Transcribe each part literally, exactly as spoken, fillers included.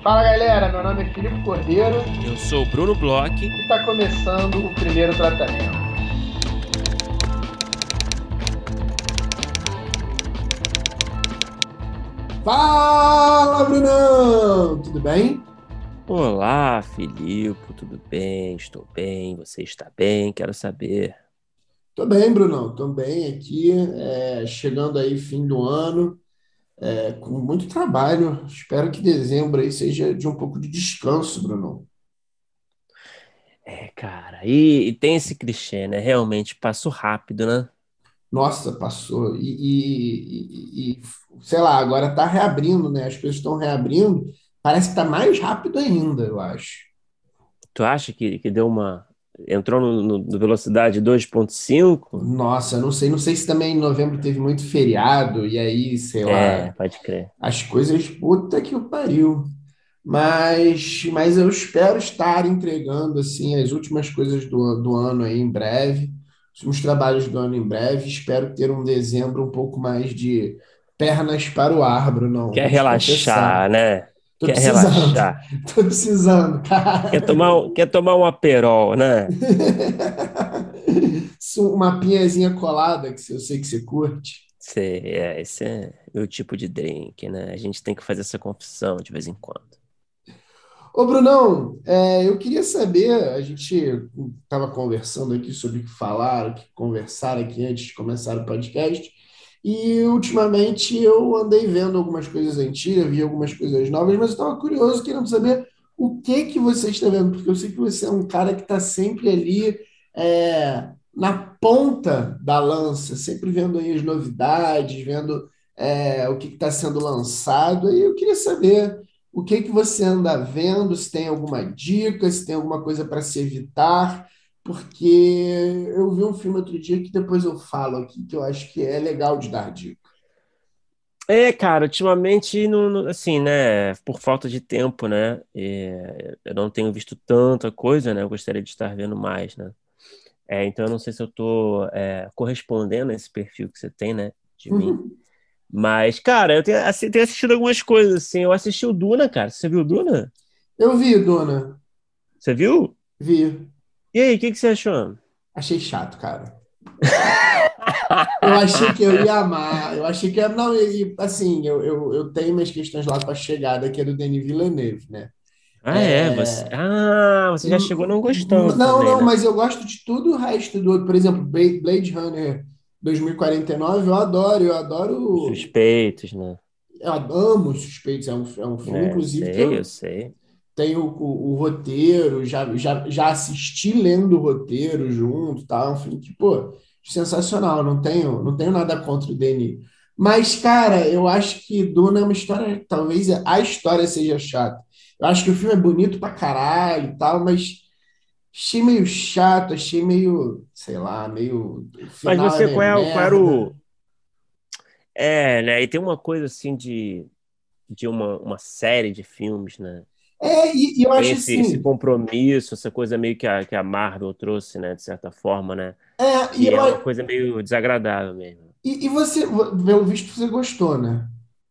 Fala galera, meu nome é Filipe Cordeiro Eu sou o Bruno Bloch. e está começando o primeiro tratamento. Fala, Brunão! Tudo bem? Olá, Filipe, tudo bem? Estou bem, você está bem? Quero saber. Tô bem, Brunão. Tô bem aqui, é, chegando aí fim do ano, é, com muito trabalho. Espero que dezembro aí seja de um pouco de descanso, Brunão. É, cara, e, e tem esse clichê, né? Realmente passou rápido, né? Nossa, passou. E, e- e- e- sei lá, agora tá reabrindo, né? As coisas estão reabrindo. Parece que tá mais rápido ainda, eu acho. Tu acha que, que deu uma. Entrou no, no- no velocidade dois ponto cinco? Nossa, eu não sei, não sei se também em novembro teve muito feriado, e aí, sei É, lá, pode crer. as coisas, puta que o pariu. Mas, mas eu espero estar entregando, assim, as últimas coisas do, do ano aí em breve, os últimos trabalhos do ano em breve. Espero ter um dezembro um pouco mais de pernas para o ar, Brunão. Quer Vou te confessar. relaxar, né? Tô Quer precisando, relaxar. tô precisando, Quer cara. tomar, um- quer tomar um aperol, né? Uma pinhazinha colada, que eu sei que você curte. Sei, é, esse é meu tipo de drink, né? A gente tem que fazer essa confissão de vez em quando. Ô, Brunão, é, eu queria saber, a gente estava conversando aqui sobre o que falar, o que conversar aqui antes de começar o podcast, e ultimamente eu andei vendo algumas coisas antigas, vi algumas coisas novas, mas eu estava curioso, querendo saber o que que você está vendo, porque eu sei que você é um cara que está sempre ali é, na ponta da lança, sempre vendo aí as novidades, vendo é, o que está sendo lançado, e eu queria saber. O que que você anda vendo? Se tem alguma dica, se tem alguma coisa para se evitar? Porque eu vi um filme outro dia que depois eu falo aqui, que eu acho que é legal de dar dica. É, cara, ultimamente, não, não- assim, né, por falta de tempo, né, é, eu não tenho visto tanta coisa, né, eu gostaria de estar vendo mais, né, é, então eu não sei se eu tô é, correspondendo a esse perfil que você tem, né, de mim, mas, cara, eu tenho, assim, tenho assistido algumas coisas, assim, eu assisti o Duna, cara, você viu o Duna? Eu vi, Dona, Você viu? vi. E aí, o que que você achou? Achei chato, cara. Eu achei que eu ia amar, eu achei que ia. Não, e, assim, eu, eu, eu tenho minhas questões lá com a chegada, que é do Denis Villeneuve, né? Ah, é, você, ah, você já chegou não gostando Não, também, não, né? mas eu gosto de tudo o resto do outro. Por exemplo, Ba- Blade Runner dois mil e quarenta e nove, eu adoro, eu Os adoro, suspeitos, né? eu amo os Suspeitos. É um, é um filme, É, eu inclusive, que sei, eu eu sei. tenho o, o roteiro, já, já, já assisti lendo o roteiro junto, tá? É um filme que, pô, sensacional. Não tenho, não tenho nada contra o Denis. Mas, cara, eu acho que Duna é uma história, talvez a história seja chata. Eu acho que o filme é bonito pra caralho e tal, mas achei meio chato, achei meio, sei lá, meio. O Mas final é você, meio qual é, o- qual era merda. o, é, né? E tem uma coisa assim de, de uma, uma série de filmes, né? É, e, e eu Tem acho esse, esse assim. compromisso, essa coisa meio que a, que a Marvel trouxe, né? De certa forma, né? É, e, Que eu, é uma coisa meio desagradável mesmo. e, e você, pelo visto, você gostou, né?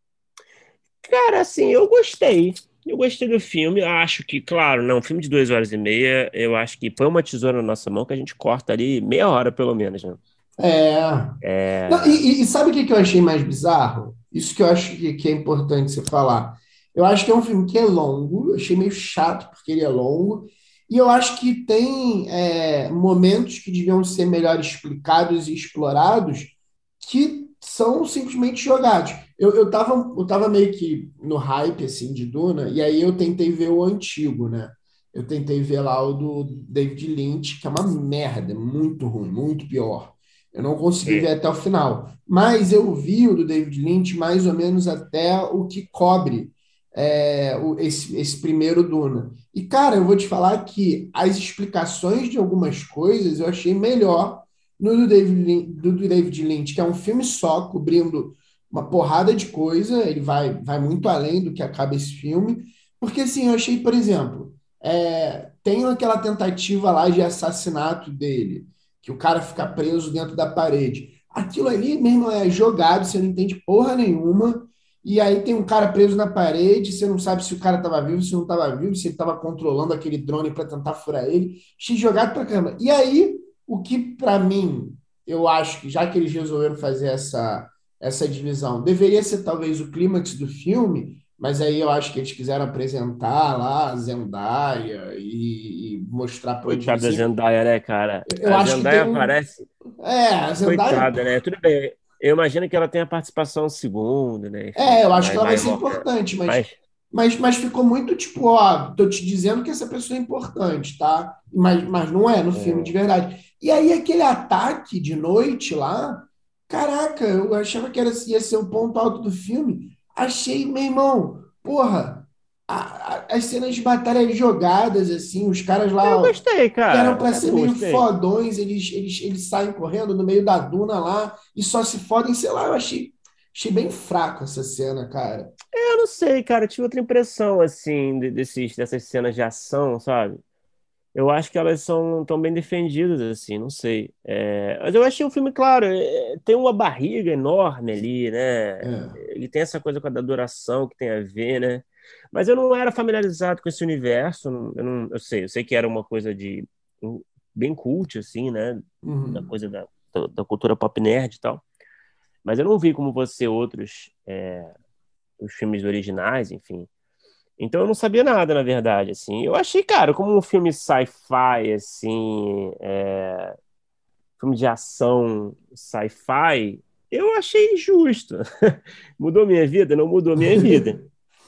Cara, assim, eu gostei. Eu gostei do filme. Acho que, claro, não, um filme de duas horas e meia, eu acho que põe uma tesoura na nossa mão que a gente corta ali meia hora, pelo menos, né? É. Não, É, e, e- e sabe o que que eu achei mais bizarro? Isso que eu acho que, que é importante você falar. Eu acho que é um filme que é longo, eu achei meio chato porque ele é longo, e eu acho que tem é, momentos que deviam ser melhor explicados e explorados que são simplesmente jogados. Eu, eu tava, eu tava meio que no hype, assim, de Duna, e aí eu tentei ver o antigo, né? Eu tentei ver lá o do David Lynch, que é uma merda, muito ruim, muito pior. Eu não consegui ver é, até o final. Mas eu vi o do David Lynch mais ou menos até o que cobre é, o- esse, esse primeiro Duna. E, cara, eu vou te falar que as explicações de algumas coisas eu achei melhor no do David, Lin- do, do David Lynch, que é um filme só, cobrindo uma porrada de coisa. Ele vai, vai muito além do que acaba esse filme. Porque, assim, eu achei, por exemplo, é, tem aquela tentativa lá de assassinato dele que o cara fica preso dentro da parede. Aquilo ali, mesmo, é jogado, você não entende porra nenhuma. e aí tem um cara preso na parede, você não sabe se o cara estava vivo, se não estava vivo, se ele estava controlando aquele drone para tentar furar ele. Achei jogado pra caramba. E aí, o que para mim, eu acho que já que eles resolveram fazer essa, essa divisão, deveria ser talvez o clímax do filme, mas aí eu acho que eles quiseram apresentar lá a Zendaya e, e mostrar para outros Coitada da assim. Zendaya, né, cara? Eu A acho que tem Zendaya um. aparece, É, a Zendaya. coitada, né? Tudo bem. Eu imagino que ela tenha participação segunda, né? Enfim, É, eu acho que mais ela vai ser maior, né? importante, mas, Mas, mas, mas ficou muito tipo, ó, tô te dizendo que essa pessoa é importante, tá? Mas, mas não é no filme de é, verdade. E aí aquele ataque de noite lá, caraca, eu achava que era, ia ser o ponto alto do filme. Achei, meu irmão, porra, a- a- as cenas de batalha jogadas, assim, os caras eu lá gostei, que eram cara. para Até ser que eu meio gostei. fodões, eles, eles, eles saem correndo no meio da duna lá e só se fodem, sei lá, eu achei, achei bem fraco essa cena, cara. Eu não sei, cara. Eu tive outra impressão, assim, de- desses, dessas cenas de ação, sabe? Eu acho que elas são tão bem defendidas, assim, não sei. É, mas eu achei o filme, claro, é, tem uma barriga enorme ali, né? É. Ele tem essa coisa com a da duração que tem a ver, né? Mas eu não era familiarizado com esse universo, eu não, eu sei, eu sei que era uma coisa de um, bem cult, assim, né? Da Uhum. coisa da, da, da cultura pop nerd e tal. Mas eu não vi como você outros, é, os filmes originais, enfim. Então eu não sabia nada, na verdade, assim. Eu achei, cara, como um filme sci-fi, assim, é, filme de ação sci-fi, eu achei justo. Mudou minha vida? Não mudou minha vida.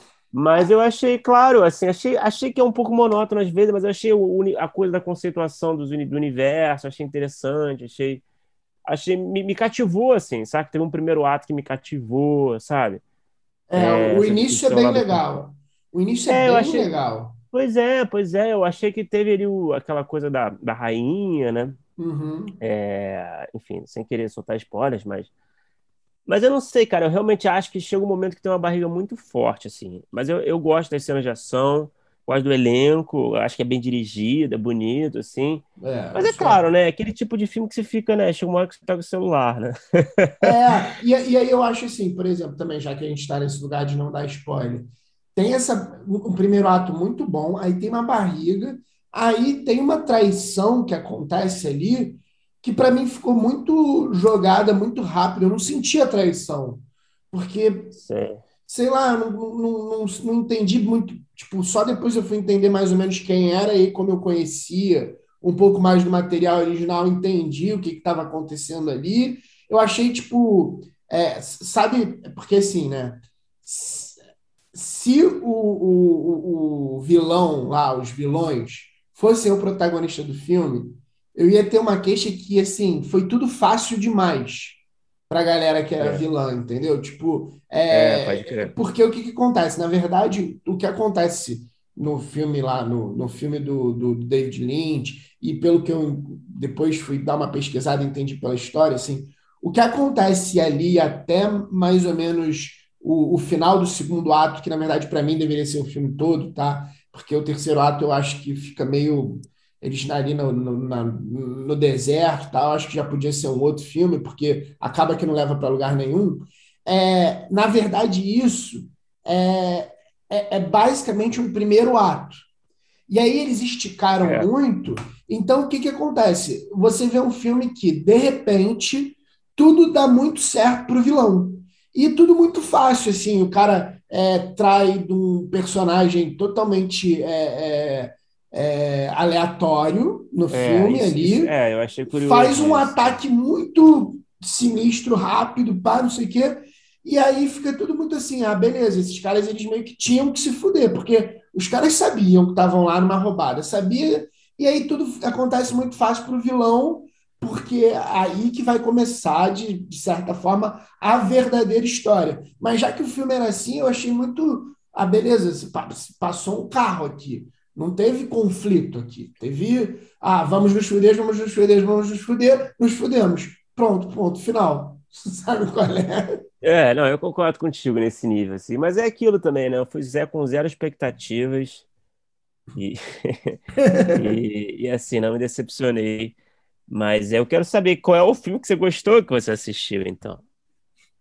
Mas eu achei, claro, assim, achei, achei que é um pouco monótono às vezes, mas eu achei o uni- a coisa da conceituação dos uni- do universo, achei interessante, achei, achei, me, me cativou, assim, sabe? Teve um primeiro ato que me cativou, sabe? É, o Essa início é discussão bem lá do. legal. O início é É, eu bem achei. legal. Pois é, pois é, eu achei que teve ali o- aquela coisa da, da rainha, né? Uhum. É, enfim, sem querer soltar spoilers, mas. Mas eu não sei, cara, eu realmente acho que chega um momento que tem uma barriga muito forte, assim. Mas eu, eu gosto das cenas de ação, gosto do elenco, acho que é bem dirigido, é bonito, assim. É, Mas é isso é. claro, né? Aquele tipo de filme que você fica, né? Chega uma hora que você pega o celular, né? É, e, e aí eu acho assim, por exemplo, também, já que a gente está nesse lugar de não dar spoiler, tem essa, um um primeiro ato muito bom, aí tem uma barriga, aí tem uma traição que acontece ali, que para mim ficou muito jogada, muito rápido, eu não senti a traição, porque Sei. sei lá, não, não, não, não entendi muito. Tipo, só depois eu fui entender mais ou menos quem era e como eu conhecia um pouco mais do material original, entendi o que estava acontecendo ali. Eu achei, tipo, é, sabe, porque assim, né? Se o, o, o vilão lá, os vilões, fossem o protagonista do filme, eu ia ter uma queixa que, assim, foi tudo fácil demais pra galera que era É, vilã, entendeu? Tipo, é, pode é, crer. porque o que que acontece? Na verdade, o que acontece no filme lá, no, no filme do, do David Lynch, e pelo que eu depois fui dar uma pesquisada e entendi pela história, assim, o que acontece ali até mais ou menos o, o final do segundo ato, que na verdade para mim deveria ser o filme todo, tá? Porque o terceiro ato eu acho que fica meio eles ali no, no, na- no deserto, e tal, acho que já podia ser um outro filme, porque acaba que não leva para lugar nenhum. É, na verdade, isso é, é, é basicamente um primeiro ato. E aí eles esticaram É, muito. Então, o que que acontece? Você vê um filme que, de repente, tudo dá muito certo pro vilão. E tudo muito fácil, assim. O cara é, trai de um personagem totalmente é, é, é, aleatório no é, filme isso, isso, ali, é, eu achei faz curioso um isso. ataque muito sinistro, rápido, pá, não sei o quê. E aí fica tudo muito assim, ah, beleza, esses caras eles meio que tinham que se fuder, porque os caras sabiam que estavam lá numa roubada, sabia, e aí tudo acontece muito fácil pro vilão, porque é aí que vai começar, de, de certa forma, a verdadeira história. Mas já que o filme era assim, eu achei muito, ah, beleza, se pa- se passou um carro aqui, não teve conflito aqui, teve, ah, vamos nos fuder, vamos nos fuder, vamos nos fuder, nos fudemos. Pronto, ponto, final. Sabe qual é? É, não, eu concordo contigo nesse nível, assim, mas é aquilo também, né? Eu fui Zé com zero expectativas e, e, e assim, não me decepcionei. Mas eu quero saber qual é o filme que você gostou que você assistiu, então.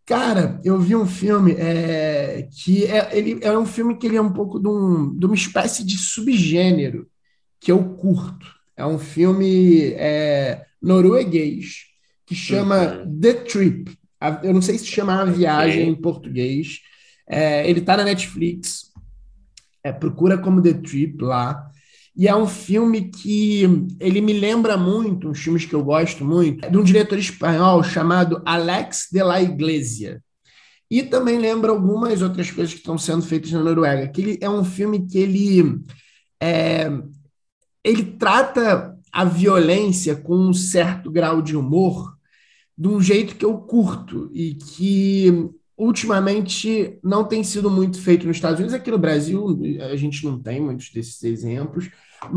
Cara, eu vi um filme é, que é, ele, é um filme que ele é um pouco de, um- de uma espécie de subgênero que eu curto. É um filme é, norueguês que chama Uhum. The Trip. A- Eu não sei se chama A Viagem em Ok. português. É, ele tá na Netflix. É, procura como The Trip lá. E é um filme que ele me lembra muito, uns filmes que eu gosto muito, de um diretor espanhol chamado Alex de la Iglesia. E também lembra algumas outras coisas que estão sendo feitas na Noruega. Que ele é um filme que ele, é, ele trata a violência com um certo grau de humor, de um jeito que eu curto e que ultimamente não tem sido muito feito nos Estados Unidos. Aqui no Brasil, a gente não tem muitos desses exemplos,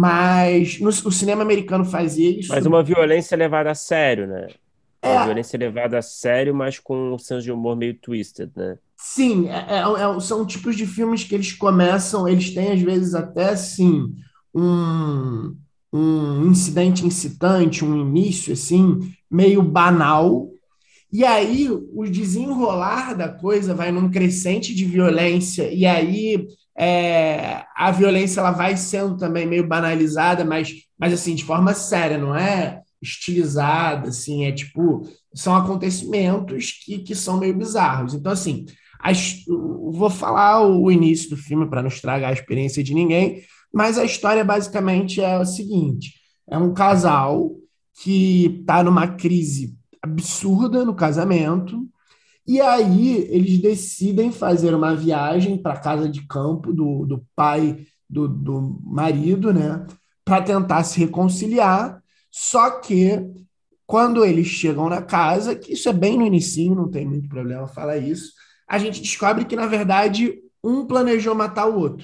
mas no, o cinema americano fazia Mas isso. uma violência levada a sério, né? Uma É, violência levada a sério, mas com um senso de humor meio twisted, né? sim, é- é- é- são tipos de filmes que eles começam, eles têm às vezes até assim um, um incidente incitante, um início assim meio banal, e aí o desenrolar da coisa vai num crescente de violência, e aí é, a violência ela vai sendo também meio banalizada, mas, mas assim, de forma séria, não é estilizada, assim, é tipo, são acontecimentos que, que são meio bizarros. Então, assim, as, vou falar o início do filme para não estragar a experiência de ninguém, mas a história basicamente é o seguinte: é um casal que está numa crise absurda no casamento. E aí eles decidem fazer uma viagem para a casa de campo do, do pai do, do marido, né? Para tentar se reconciliar. Só que quando eles chegam na casa, que isso é bem no inicinho, não tem muito problema falar isso, a gente descobre que, na verdade, um planejou matar o outro.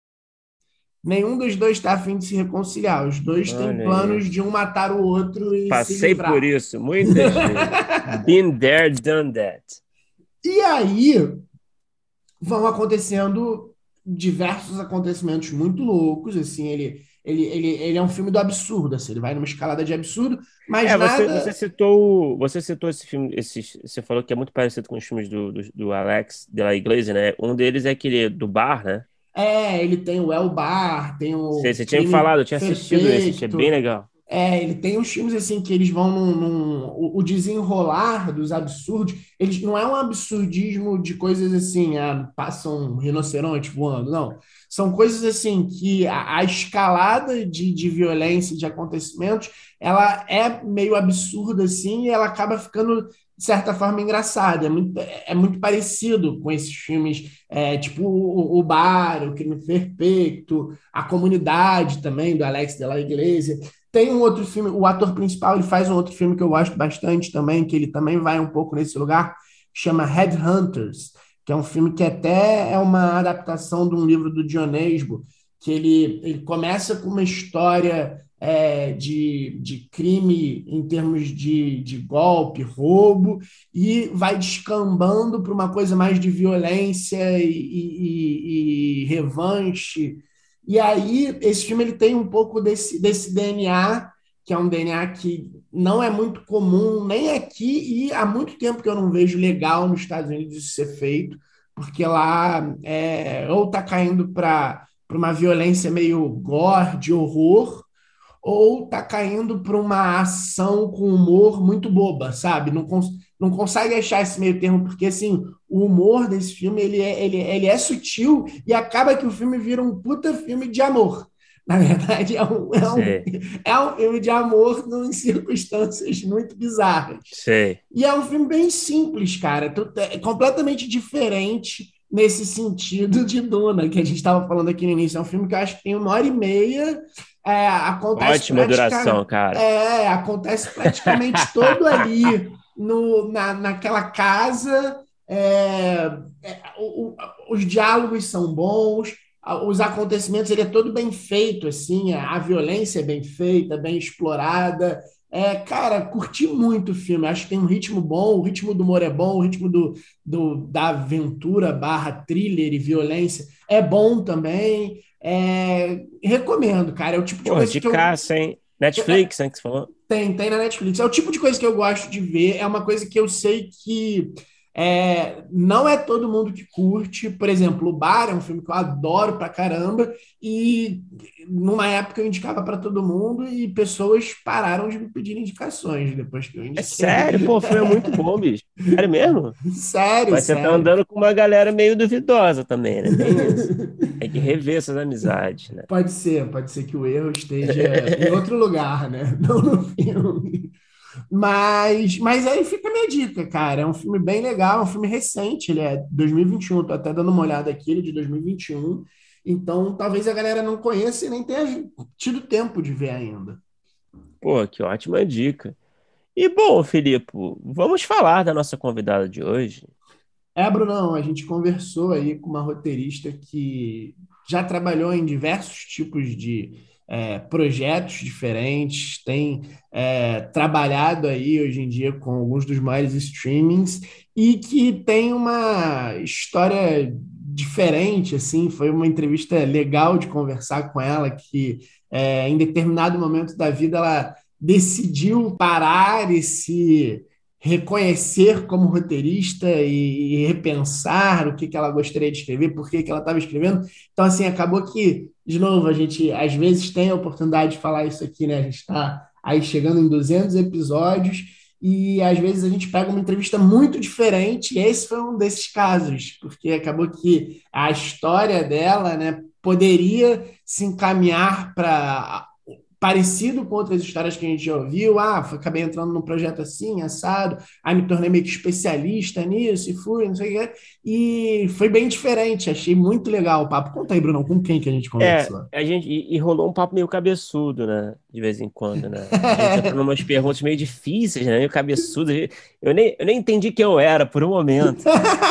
Nenhum dos dois está a fim de se reconciliar. Os dois têm Olha aí. planos de um matar o outro e se Passei por livrar. isso muitas vezes. Been there, done that. E aí vão acontecendo diversos acontecimentos muito loucos, assim, ele, ele, ele, ele é um filme do absurdo, assim, ele vai numa escalada de absurdo, mas É, você, você nada... citou, você citou esse filme, esses, você falou que é muito parecido com os filmes do, do, do Alex de la Iglesia, né? Um deles é aquele do bar, né? É, ele tem o El Bar, tem Você, o você tinha me Crime falado, eu tinha assistido esse, achei bem Perfeito. legal. É, ele tem uns filmes assim que eles vão num, num- o, o desenrolar dos absurdos, eles não é um absurdismo de coisas assim, ah, passa um rinoceronte voando, não. São coisas assim que a, a escalada de, de violência, de acontecimentos, ela é meio absurda assim, e ela acaba ficando de certa forma engraçada. É muito, é muito parecido com esses filmes, é, tipo o, o Bar, o Crime Perfeito, a Comunidade também do Alex de la Iglesia. Tem um outro filme, o ator principal, ele faz um outro filme que eu gosto bastante também, que ele também vai um pouco nesse lugar, chama Headhunters, que é um filme que até é uma adaptação de um livro do Dionesbo, que ele, ele começa com uma história é, de, de crime em termos de, de golpe, roubo, e vai descambando para uma coisa mais de violência e, e, e, e revanche. E aí, esse filme ele tem um pouco desse, desse D N A, que é um D N A que não é muito comum nem aqui, e há muito tempo que eu não vejo legal nos Estados Unidos isso ser feito, porque lá é, ou está caindo para uma violência meio gore, de horror, ou tá caindo para uma ação com humor muito boba, sabe? Não, cons não consegue achar esse meio termo, porque assim, o humor desse filme ele é, ele, ele é sutil e acaba que o filme vira um puta filme de amor. Na verdade, é um, é um, Sei, é um filme de amor em circunstâncias muito bizarras. sei. E é um filme bem simples, cara. É completamente diferente nesse sentido de Duna, que a gente estava falando aqui no início. É um filme que eu acho que tem uma hora e meia, é, acontece Ótima praticamente, duração, cara. é, acontece praticamente todo ali no, na, naquela casa. É, é, o- o- os diálogos são bons, os acontecimentos, ele é todo bem feito, assim, a, a violência é bem feita, bem explorada. É, cara, curti muito o filme. Acho que tem um ritmo bom, o ritmo do humor é bom, o ritmo do, do- da aventura barra thriller e violência é bom também. É, recomendo, cara. É o tipo de Porra, coisa de que eu. caça, hein? é, Netflix, né, que você falou? tem, tem na Netflix. É o tipo de coisa que eu gosto de ver. É uma coisa que eu sei que É, não é todo mundo que curte. Por exemplo, O Bar é um filme que eu adoro pra caramba e numa época eu indicava para todo mundo e pessoas pararam de me pedir indicações depois que eu É indiquei. sério, pô, o filme é muito bom, bicho. Sério mesmo? Sério, Mas você tá sério. andando com uma galera meio duvidosa também, né? Tem isso. Tem que rever essas amizades, né? Pode ser, pode ser que o erro esteja em outro lugar, né? Não no filme. Mas, mas aí fica a minha dica, cara. É um filme bem legal, é um filme recente, ele é dois mil e vinte e um, tô até dando uma olhada aqui, ele é de dois mil e vinte e um. Então, talvez a galera não conheça e nem tenha tido tempo de ver ainda. Pô, que ótima dica. E bom, Filipe, vamos falar da nossa convidada de hoje. É, Brunão, a gente conversou aí com uma roteirista que já trabalhou em diversos tipos de é, projetos diferentes, tem é, trabalhado aí hoje em dia com alguns dos maiores streamings e que tem uma história diferente, assim, foi uma entrevista legal de conversar com ela, que é, em determinado momento da vida ela decidiu parar e se reconhecer como roteirista e, e repensar o que, que ela gostaria de escrever, por que, que ela estava escrevendo. Então, assim, acabou que, de novo, a gente às vezes tem a oportunidade de falar isso aqui, né? A gente está aí chegando em duzentos episódios e às vezes a gente pega uma entrevista muito diferente, e esse foi um desses casos, porque acabou que a história dela, né, poderia se encaminhar para parecido com outras histórias que a gente já ouviu. Ah, foi- acabei entrando num projeto assim, assado, aí me tornei meio que especialista nisso e fui, não sei o quê. E foi bem diferente, achei muito legal o papo. Conta aí, Brunão, com quem que a gente É, conversou? a gente e, e rolou um papo meio cabeçudo, né? De vez em quando, né? A gente entrou numas perguntas meio difíceis, né? Meio cabeçudo. Eu nem, eu nem entendi quem eu era por um momento.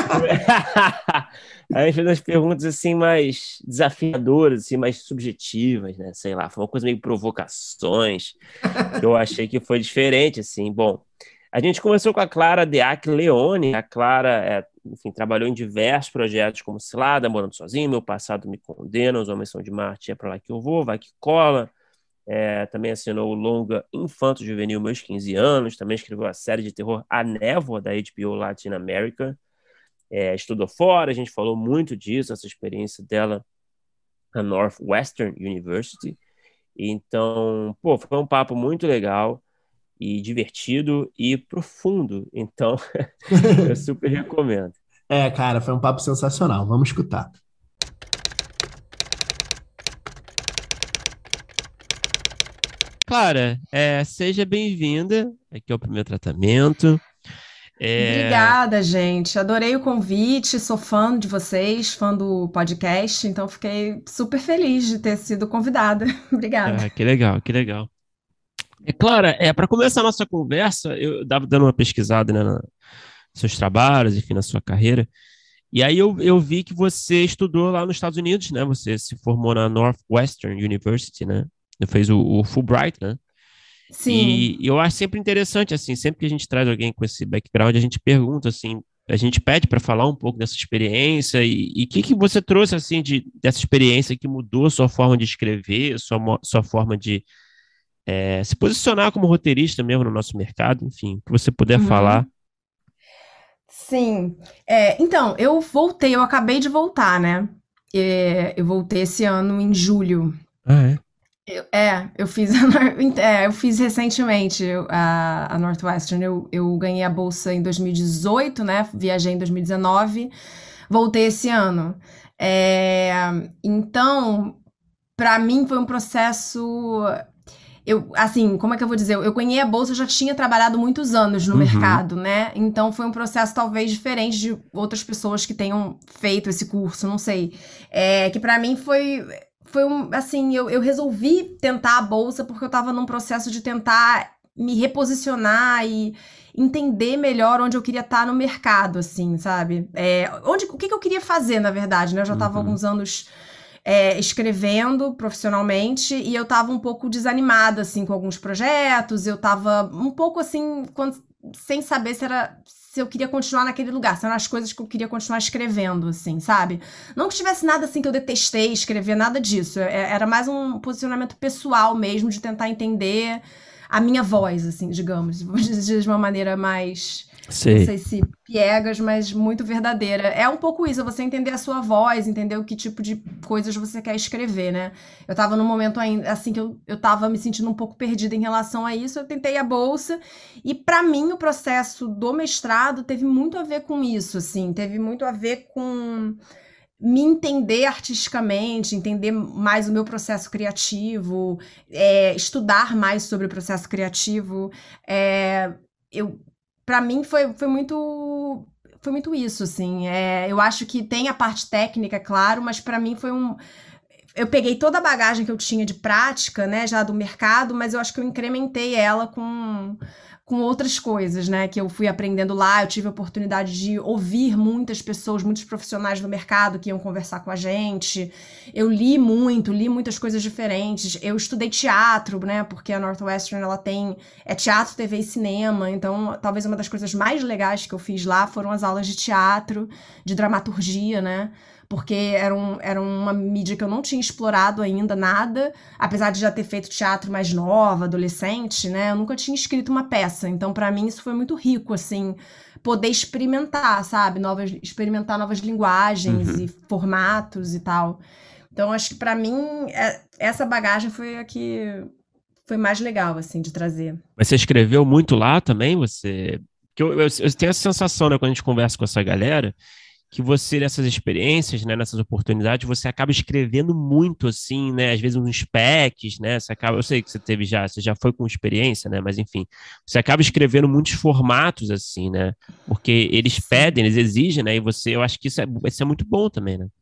Aí a gente fez umas perguntas assim mais desafiadoras, assim, mais subjetivas, né? Sei lá, foi uma coisa meio provocações, que eu achei que foi diferente, assim. Bom, a gente conversou com a Clara Deac Leone. A Clara, é, enfim, trabalhou em diversos projetos como Cilada, Morando Sozinho, Meu Passado Me Condena, Os Homens São de Marte, É Pra Lá Que Eu Vou, Vai Que Cola. É, também assinou o longa Infanto Juvenil Meus quinze Anos. Também escreveu a série de terror A Névoa, da H B O Latin America. É, estudou fora, a gente falou muito disso, essa experiência dela na Northwestern University. Então, pô, foi um papo muito legal e divertido e profundo. Então, eu super recomendo. É, cara, foi um papo sensacional. Vamos escutar. Clara, é, seja bem-vinda. Aqui é o primeiro tratamento. É, Obrigada, gente. Adorei o convite, sou fã de vocês, fã do podcast, então fiquei super feliz de ter sido convidada. Obrigada. ah, que legal, que legal. É, Clara, é, para começar a nossa conversa, eu estava dando uma pesquisada, né, nos seus trabalhos, enfim, na sua carreira, e aí eu, eu vi que você estudou lá nos Estados Unidos, né? Você se formou na Northwestern University, né? Fez o, o Fulbright, né? Sim. E eu acho sempre interessante, assim, sempre que a gente traz alguém com esse background, a gente pergunta, assim, a gente pede para falar um pouco dessa experiência e o que que você trouxe, assim, de, dessa experiência que mudou a sua forma de escrever, sua, mo- sua forma de é, se posicionar como roteirista mesmo no nosso mercado, enfim, o que você puder falar. Uhum. Sim. É, então, eu voltei, eu acabei de voltar, né? É, eu voltei esse ano em julho. Ah, é? Eu- é, eu fiz, a Nor- é, eu fiz recentemente a, a Northwestern. Eu, eu ganhei a bolsa em dois mil e dezoito, né? Viajei em dois mil e dezenove, voltei esse ano. É, então, para mim foi um processo. Eu, assim, como é que eu vou dizer? Eu ganhei a bolsa, eu já tinha trabalhado muitos anos no Uhum, mercado, né? Então foi um processo talvez diferente de outras pessoas que tenham feito esse curso, não sei. É, que para mim foi foi um, assim, eu, eu resolvi tentar a bolsa porque eu tava num processo de tentar me reposicionar e entender melhor onde eu queria estar no mercado, assim, sabe? É, onde, o que, que eu queria fazer, na verdade, né? Eu já estava há uhum. alguns anos é, escrevendo profissionalmente e eu tava um pouco desanimada, assim, com alguns projetos, eu tava um pouco, assim, quando- sem saber se era... se eu queria continuar naquele lugar, se eram as coisas que eu queria continuar escrevendo, assim, sabe? Não que tivesse nada, assim, que eu detestei escrever, nada disso. É- Era mais um posicionamento pessoal mesmo, de tentar entender a minha voz, assim, digamos. Vou dizer de uma maneira mais Não Sei. sei se piegas, mas muito verdadeira. É um pouco isso, é você entender a sua voz, entender o que tipo de coisas você quer escrever, né? Eu tava num momento ainda, assim, que eu, eu tava me sentindo um pouco perdida em relação a isso, eu tentei a bolsa, e pra mim o processo do mestrado teve muito a ver com isso, assim, teve muito a ver com me entender artisticamente, entender mais o meu processo criativo, é, estudar mais sobre o processo criativo. É, eu, para mim foi, foi muito foi muito isso, assim. É, eu acho que tem a parte técnica, é claro, mas para mim foi um eu peguei toda a bagagem que eu tinha de prática, né, já do mercado, mas eu acho que eu incrementei ela com, com outras coisas, né, que eu fui aprendendo lá. Eu tive a oportunidade de ouvir muitas pessoas, muitos profissionais do mercado que iam conversar com a gente. Eu li muito, li muitas coisas diferentes. Eu estudei teatro, né, porque a Northwestern, ela tem é teatro, T V e cinema, então talvez uma das coisas mais legais que eu fiz lá foram as aulas de teatro, de dramaturgia, né, porque era, um, era uma mídia que eu não tinha explorado ainda nada, apesar de já ter feito teatro mais nova, adolescente, né? Eu nunca tinha escrito uma peça, então para mim isso foi muito rico, assim, poder experimentar, sabe? Novas, experimentar novas linguagens e Uhum. formatos e tal. Então acho que para mim é, essa bagagem foi a que foi mais legal, assim, de trazer. Mas você escreveu muito lá também? Você. Que eu, eu, eu tenho essa sensação, né, quando a gente conversa com essa galera, que você, nessas experiências, né, nessas oportunidades, você acaba escrevendo muito, assim, né, às vezes uns packs, né, você acaba, eu sei que você teve já, você já foi com experiência, né, mas enfim, você acaba escrevendo muitos formatos, assim, né, porque eles Sim. pedem, eles exigem, né, e você, eu acho que isso é, isso é muito bom também, né.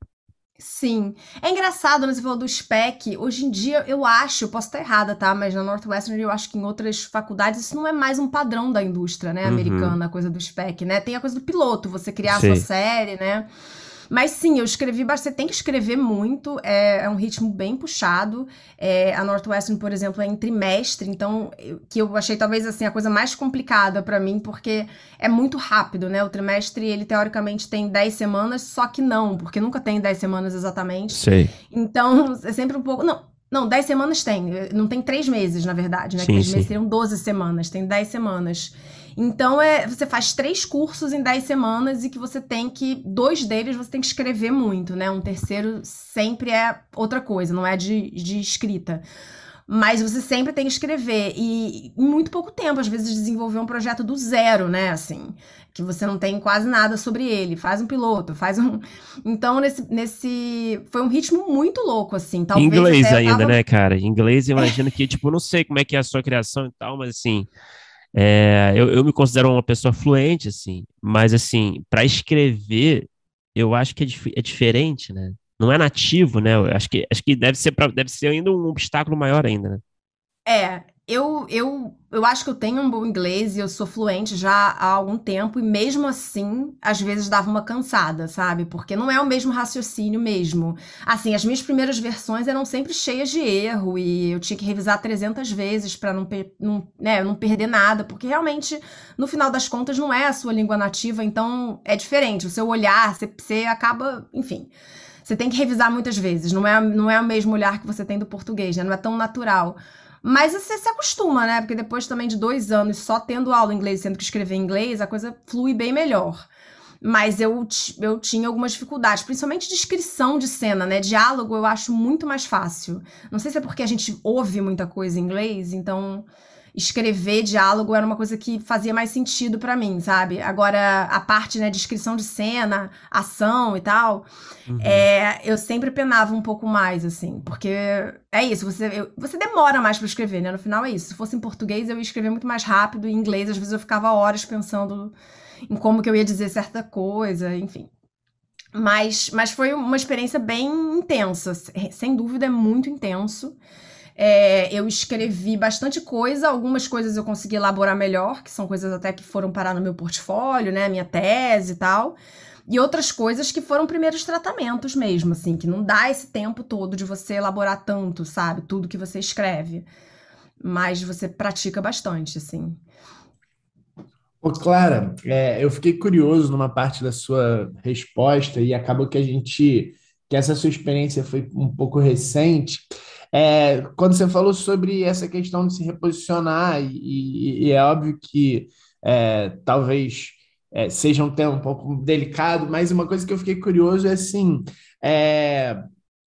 Sim. É engraçado, né? Você falou do spec. Hoje em dia, eu acho, eu posso estar errada, tá? Mas na Northwestern, eu acho que em outras faculdades, isso não é mais um padrão da indústria, né? Uhum, Americana, a coisa do spec, né? Tem a coisa do piloto, você criar a sua sei. série, né? Mas sim, eu escrevi bastante. Você tem que escrever muito, é, é um ritmo bem puxado. É, a Northwestern, por exemplo, é em trimestre, então, eu- que eu achei talvez assim a coisa mais complicada pra mim, porque é muito rápido, né? O trimestre, ele teoricamente tem dez semanas, só que não, porque nunca tem dez semanas exatamente. Sei. Então, é sempre um pouco. Não, não, dez semanas tem. Não tem três meses, na verdade, né? Que Sim, três meses sim. seriam doze semanas, tem dez semanas. Então, é, você faz três cursos em dez semanas e que você tem que. Dois deles você tem que escrever muito, né? Um terceiro sempre é outra coisa, não é de, de escrita. Mas você sempre tem que escrever. E em muito pouco tempo, às vezes, desenvolver um projeto do zero, né? Assim, que você não tem quase nada sobre ele. Faz um piloto, faz um. Então, nesse. nesse... Foi um ritmo muito louco, assim. Em Talvez inglês até eu ainda, tava. né, cara? Em inglês, eu imagino que, tipo, não sei como é que é a sua criação e tal, mas assim, é, eu, eu me considero uma pessoa fluente, assim, mas assim, para escrever, eu acho que é, dif- é diferente, né? Não é nativo, né? Eu acho que, acho que deve ser, pra- deve ser ainda um obstáculo maior ainda, né? É, eu, eu, eu acho que eu tenho um bom inglês e eu sou fluente já há algum tempo, e mesmo assim, às vezes dava uma cansada, sabe? Porque não é o mesmo raciocínio mesmo. Assim, as minhas primeiras versões eram sempre cheias de erro e eu tinha que revisar trezentas vezes para não, per- não, né, não perder nada, porque realmente, no final das contas, não é a sua língua nativa, então é diferente. O seu olhar, você, você acaba, enfim. Você tem que revisar muitas vezes, não é, não é o mesmo olhar que você tem do português, né? Não é tão natural. Mas você se acostuma, né? Porque depois também de dois anos só tendo aula em inglês, sendo que escrever em inglês, a coisa flui bem melhor. Mas eu, eu tinha algumas dificuldades, principalmente de descrição de cena, né? Diálogo eu acho muito mais fácil. Não sei se é porque a gente ouve muita coisa em inglês, então escrever diálogo era uma coisa que fazia mais sentido pra mim, sabe? Agora, a parte, né, descrição de cena, ação e tal, Uhum. é, eu sempre penava um pouco mais, assim, porque é isso, você, eu- você demora mais pra escrever, né? No final é isso. Se fosse em português, eu ia escrever muito mais rápido, em inglês, às vezes eu ficava horas pensando em como que eu ia dizer certa coisa, enfim. Mas, mas foi uma experiência bem intensa, sem dúvida é muito intenso. É, eu escrevi bastante coisa, algumas coisas eu consegui elaborar melhor, que são coisas até que foram parar no meu portfólio, né, minha tese e tal. E outras coisas que foram primeiros tratamentos mesmo, assim, que não dá esse tempo todo de você elaborar tanto, sabe, tudo que você escreve, mas você pratica bastante, assim. Ô, Clara, é, eu fiquei curioso numa parte da sua resposta e acabou que a gente, que essa sua experiência foi um pouco recente. É, quando você falou sobre essa questão de se reposicionar, e, e- e é óbvio que é, talvez é, seja um tema um pouco delicado, mas uma coisa que eu fiquei curioso é assim, é,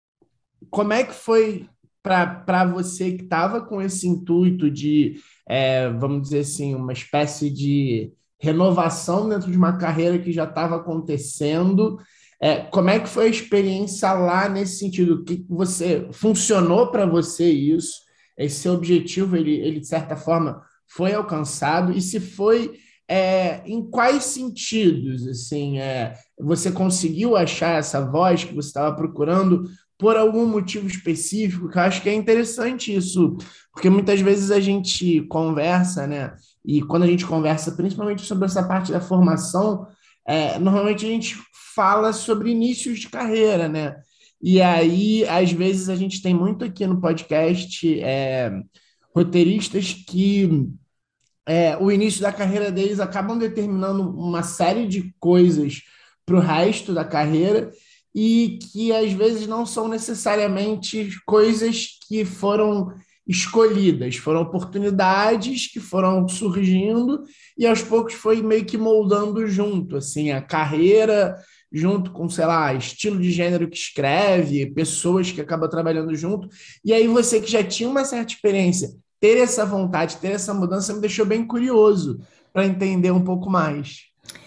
como é que foi para você que estava com esse intuito de, é, vamos dizer assim, uma espécie de renovação dentro de uma carreira que já estava acontecendo? É, como é que foi a experiência lá nesse sentido? O que você funcionou para você isso? Esse objetivo, ele, ele de certa forma foi alcançado? E se foi, é, em quais sentidos? Assim, é, você conseguiu achar essa voz que você estava procurando por algum motivo específico? Que eu acho que é interessante isso, porque muitas vezes a gente conversa, né? E quando a gente conversa, principalmente sobre essa parte da formação, é, normalmente a gente fala sobre inícios de carreira, né? E aí, às vezes, a gente tem muito aqui no podcast é, roteiristas que é, o início da carreira deles acabam determinando uma série de coisas para o resto da carreira e que às vezes não são necessariamente coisas que foram escolhidas, foram oportunidades que foram surgindo e aos poucos foi meio que moldando junto, assim, a carreira junto com, sei lá, estilo de gênero que escreve, pessoas que acabam trabalhando junto, e aí você que já tinha uma certa experiência ter essa vontade, ter essa mudança me deixou bem curioso para entender um pouco mais.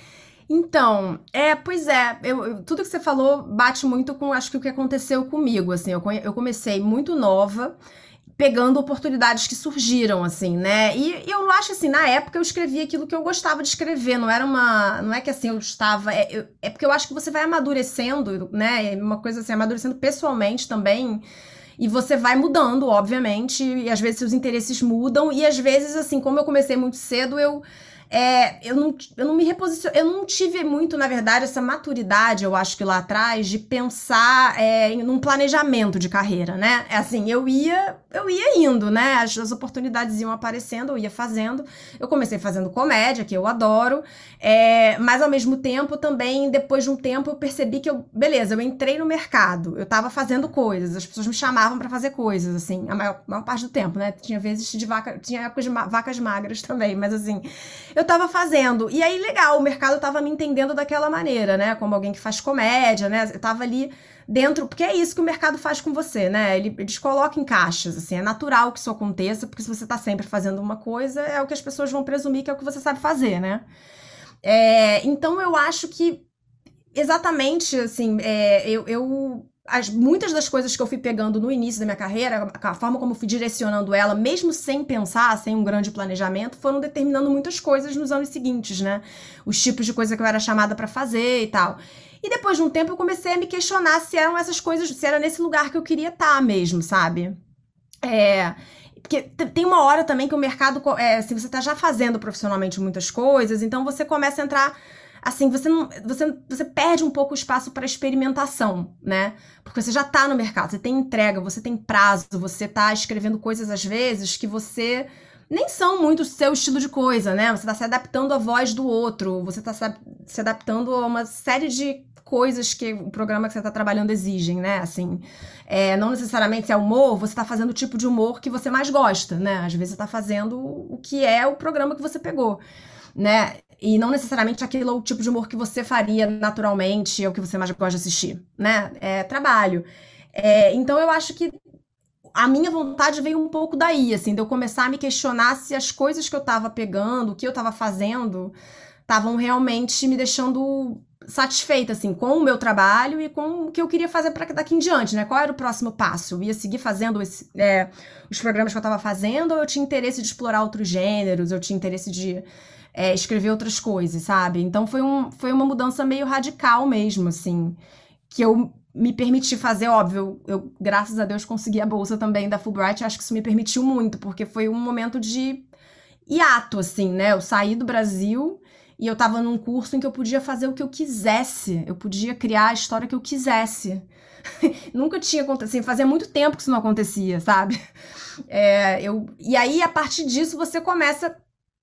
Então, é, pois é, eu, eu- tudo que você falou bate muito com, acho que o que aconteceu comigo, assim, eu, conhe- eu comecei muito nova, pegando oportunidades que surgiram, assim, né, e, e eu acho, assim, na época eu escrevia aquilo que eu gostava de escrever, não era uma, não é que, assim, eu estava, é, eu- é porque eu acho que você vai amadurecendo, né, é uma coisa assim, amadurecendo pessoalmente também, e você vai mudando, obviamente, e às vezes seus interesses mudam, e às vezes, assim, como eu comecei muito cedo, eu é, eu, não, eu não me reposiciono, eu não tive muito, na verdade, essa maturidade, eu acho que lá atrás, de pensar é, em num planejamento de carreira, né? É assim, eu ia, eu ia indo, né? As, as oportunidades iam aparecendo, eu ia fazendo. Eu comecei fazendo comédia, que eu adoro, é, mas ao mesmo tempo também, depois de um tempo, eu percebi que eu, beleza, eu entrei no mercado, eu tava fazendo coisas, as pessoas me chamavam pra fazer coisas, assim, a maior, maior parte do tempo, né? Tinha vezes de vaca, tinha épocas de ma- vacas magras também, mas assim, eu tava fazendo. E aí, legal, o mercado tava me entendendo daquela maneira, né? Como alguém que faz comédia, né? Eu tava ali dentro, porque é isso que o mercado faz com você, né? Ele, eles colocam em caixas, assim, é natural que isso aconteça, porque se você tá sempre fazendo uma coisa, é o que as pessoas vão presumir que é o que você sabe fazer, né? É, então eu acho que exatamente, assim, é, eu, eu as, muitas das coisas que eu fui pegando no início da minha carreira, a forma como eu fui direcionando ela, mesmo sem pensar, sem um grande planejamento, foram determinando muitas coisas nos anos seguintes, né? Os tipos de coisa que eu era chamada pra fazer e tal. E depois de um tempo eu comecei a me questionar se eram essas coisas, se era nesse lugar que eu queria estar mesmo, sabe? É, porque tem uma hora também que o mercado, é, assim, você tá já fazendo profissionalmente muitas coisas, então você começa a entrar, assim, você não, você, você perde um pouco o espaço para experimentação, né? Porque você já tá no mercado, você tem entrega, você tem prazo, você tá escrevendo coisas às vezes que você nem são muito o seu estilo de coisa, né? Você tá se adaptando à voz do outro, você tá se adaptando a uma série de coisas que o programa que você tá trabalhando exigem, né? Assim, é, não necessariamente se é humor, você tá fazendo o tipo de humor que você mais gosta, né? Às vezes você tá fazendo o que é o programa que você pegou, né? E não necessariamente aquele é o tipo de humor que você faria naturalmente, é o que você mais gosta de assistir, né? É trabalho. É, então eu acho que a minha vontade veio um pouco daí, assim, de eu começar a me questionar se as coisas que eu tava pegando, o que eu tava fazendo, estavam realmente me deixando satisfeita, assim, com o meu trabalho e com o que eu queria fazer para daqui em diante, né? Qual era o próximo passo? Eu ia seguir fazendo esse, é, os programas que eu estava fazendo ou eu tinha interesse de explorar outros gêneros, eu tinha interesse de é, escrever outras coisas, sabe? Então foi, um, foi uma mudança meio radical mesmo, assim, que eu me permiti fazer, óbvio, eu, graças a Deus, consegui a bolsa também da Fulbright, acho que isso me permitiu muito, porque foi um momento de hiato, assim, né? Eu saí do Brasil e eu tava num curso em que eu podia fazer o que eu quisesse. Eu podia criar a história que eu quisesse. Nunca tinha acontecido, assim, fazia muito tempo que isso não acontecia, sabe? É, eu, e aí, a partir disso, você começa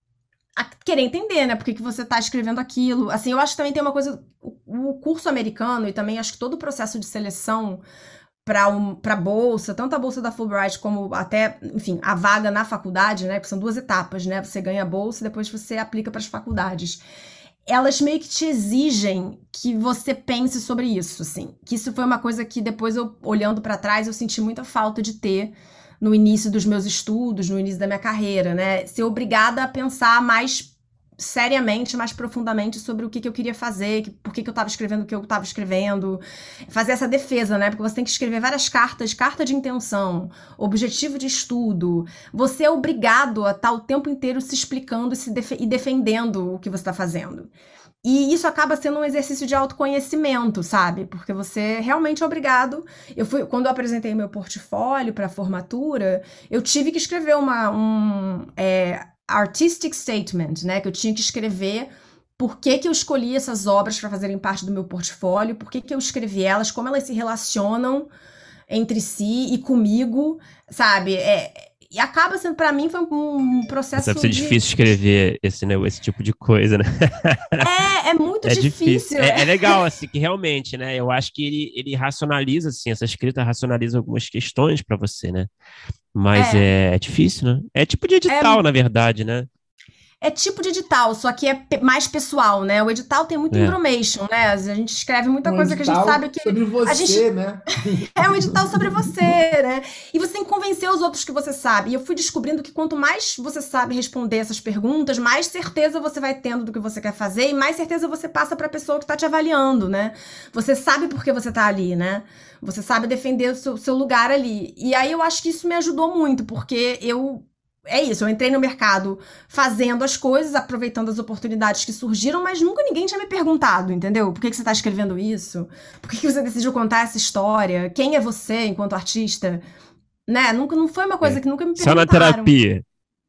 a querer entender, né? Por que, que você tá escrevendo aquilo. Assim, eu acho que também tem uma coisa... O, o curso americano e também acho que todo o processo de seleção para um, para bolsa, tanto a bolsa da Fulbright como até, enfim, a vaga na faculdade, né? Porque são duas etapas, né? Você ganha a bolsa e depois você aplica para as faculdades. Elas meio que te exigem que você pense sobre isso, assim. Que isso foi uma coisa que depois eu, olhando para trás, eu senti muita falta de ter no início dos meus estudos, no início da minha carreira, né? Ser obrigada a pensar mais seriamente, mais profundamente sobre o que, que eu queria fazer, que, por que, que eu estava escrevendo o que eu estava escrevendo, fazer essa defesa, né? Porque você tem que escrever várias cartas, carta de intenção, objetivo de estudo. Você é obrigado a estar o tempo inteiro se explicando e, se def- e defendendo o que você está fazendo. E isso acaba sendo um exercício de autoconhecimento, sabe? Porque você realmente é obrigado. Eu fui, quando eu apresentei meu portfólio para a formatura, eu tive que escrever uma, um é, artistic statement, né? Que eu tinha que escrever por que, que eu escolhi essas obras para fazerem parte do meu portfólio, por que, que eu escrevi elas, como elas se relacionam entre si e comigo, sabe? É, e acaba sendo, para mim, foi um processo Deve ser de... difícil escrever esse, né, esse tipo de coisa, né? É, é muito É difícil. difícil. É, é legal, assim, que realmente, né? Eu acho que ele, ele racionaliza, assim, essa escrita racionaliza algumas questões para você, né? Mas É, é, é difícil, né? É tipo de é, edital, na verdade, né? é tipo de edital, só que é pe- mais pessoal, né? O edital tem muito É. embromation, né? A gente escreve muita Um coisa que a gente edital sabe que sobre a você, gente né? é um edital sobre você, né? E você tem que convencer os outros que você sabe. E eu fui descobrindo que quanto mais você sabe responder essas perguntas, mais certeza você vai tendo do que você quer fazer e mais certeza você passa para a pessoa que está te avaliando, né? Você sabe por que você está ali, né? Você sabe defender o seu, seu lugar ali. E aí eu acho que isso me ajudou muito, porque eu é isso, eu entrei no mercado fazendo as coisas, aproveitando as oportunidades que surgiram, mas nunca ninguém tinha me perguntado, entendeu? Por que, que você está escrevendo isso? Por que, que você decidiu contar essa história? Quem é você enquanto artista? Né? Nunca, não foi uma coisa É. que nunca me Só na perguntaram. terapia.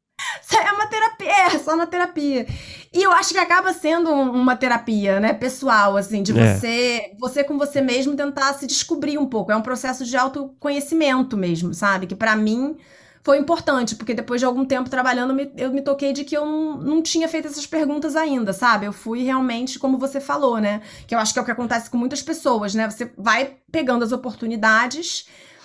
É uma terapia, é, só na terapia. E eu acho que acaba sendo um- uma terapia, né, pessoal, assim, de É. você, você com você mesmo tentar se descobrir um pouco. É um processo de autoconhecimento mesmo, sabe? Que pra mim foi importante, porque depois de algum tempo trabalhando, eu me, eu me toquei de que eu não, não tinha feito essas perguntas ainda, sabe? Eu fui realmente, como você falou, né? Que eu acho que é o que acontece com muitas pessoas, né? Você vai pegando as oportunidades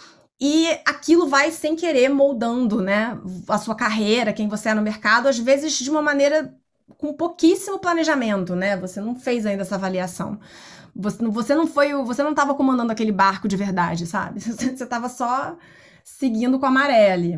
e aquilo vai, sem querer, moldando, né, a sua carreira, quem você é no mercado, às vezes de uma maneira com pouquíssimo planejamento, né? Você não fez ainda essa avaliação. Você, não- você não foi, o- você não estava comandando aquele barco de verdade, sabe? Você estava só seguindo com a maré ali.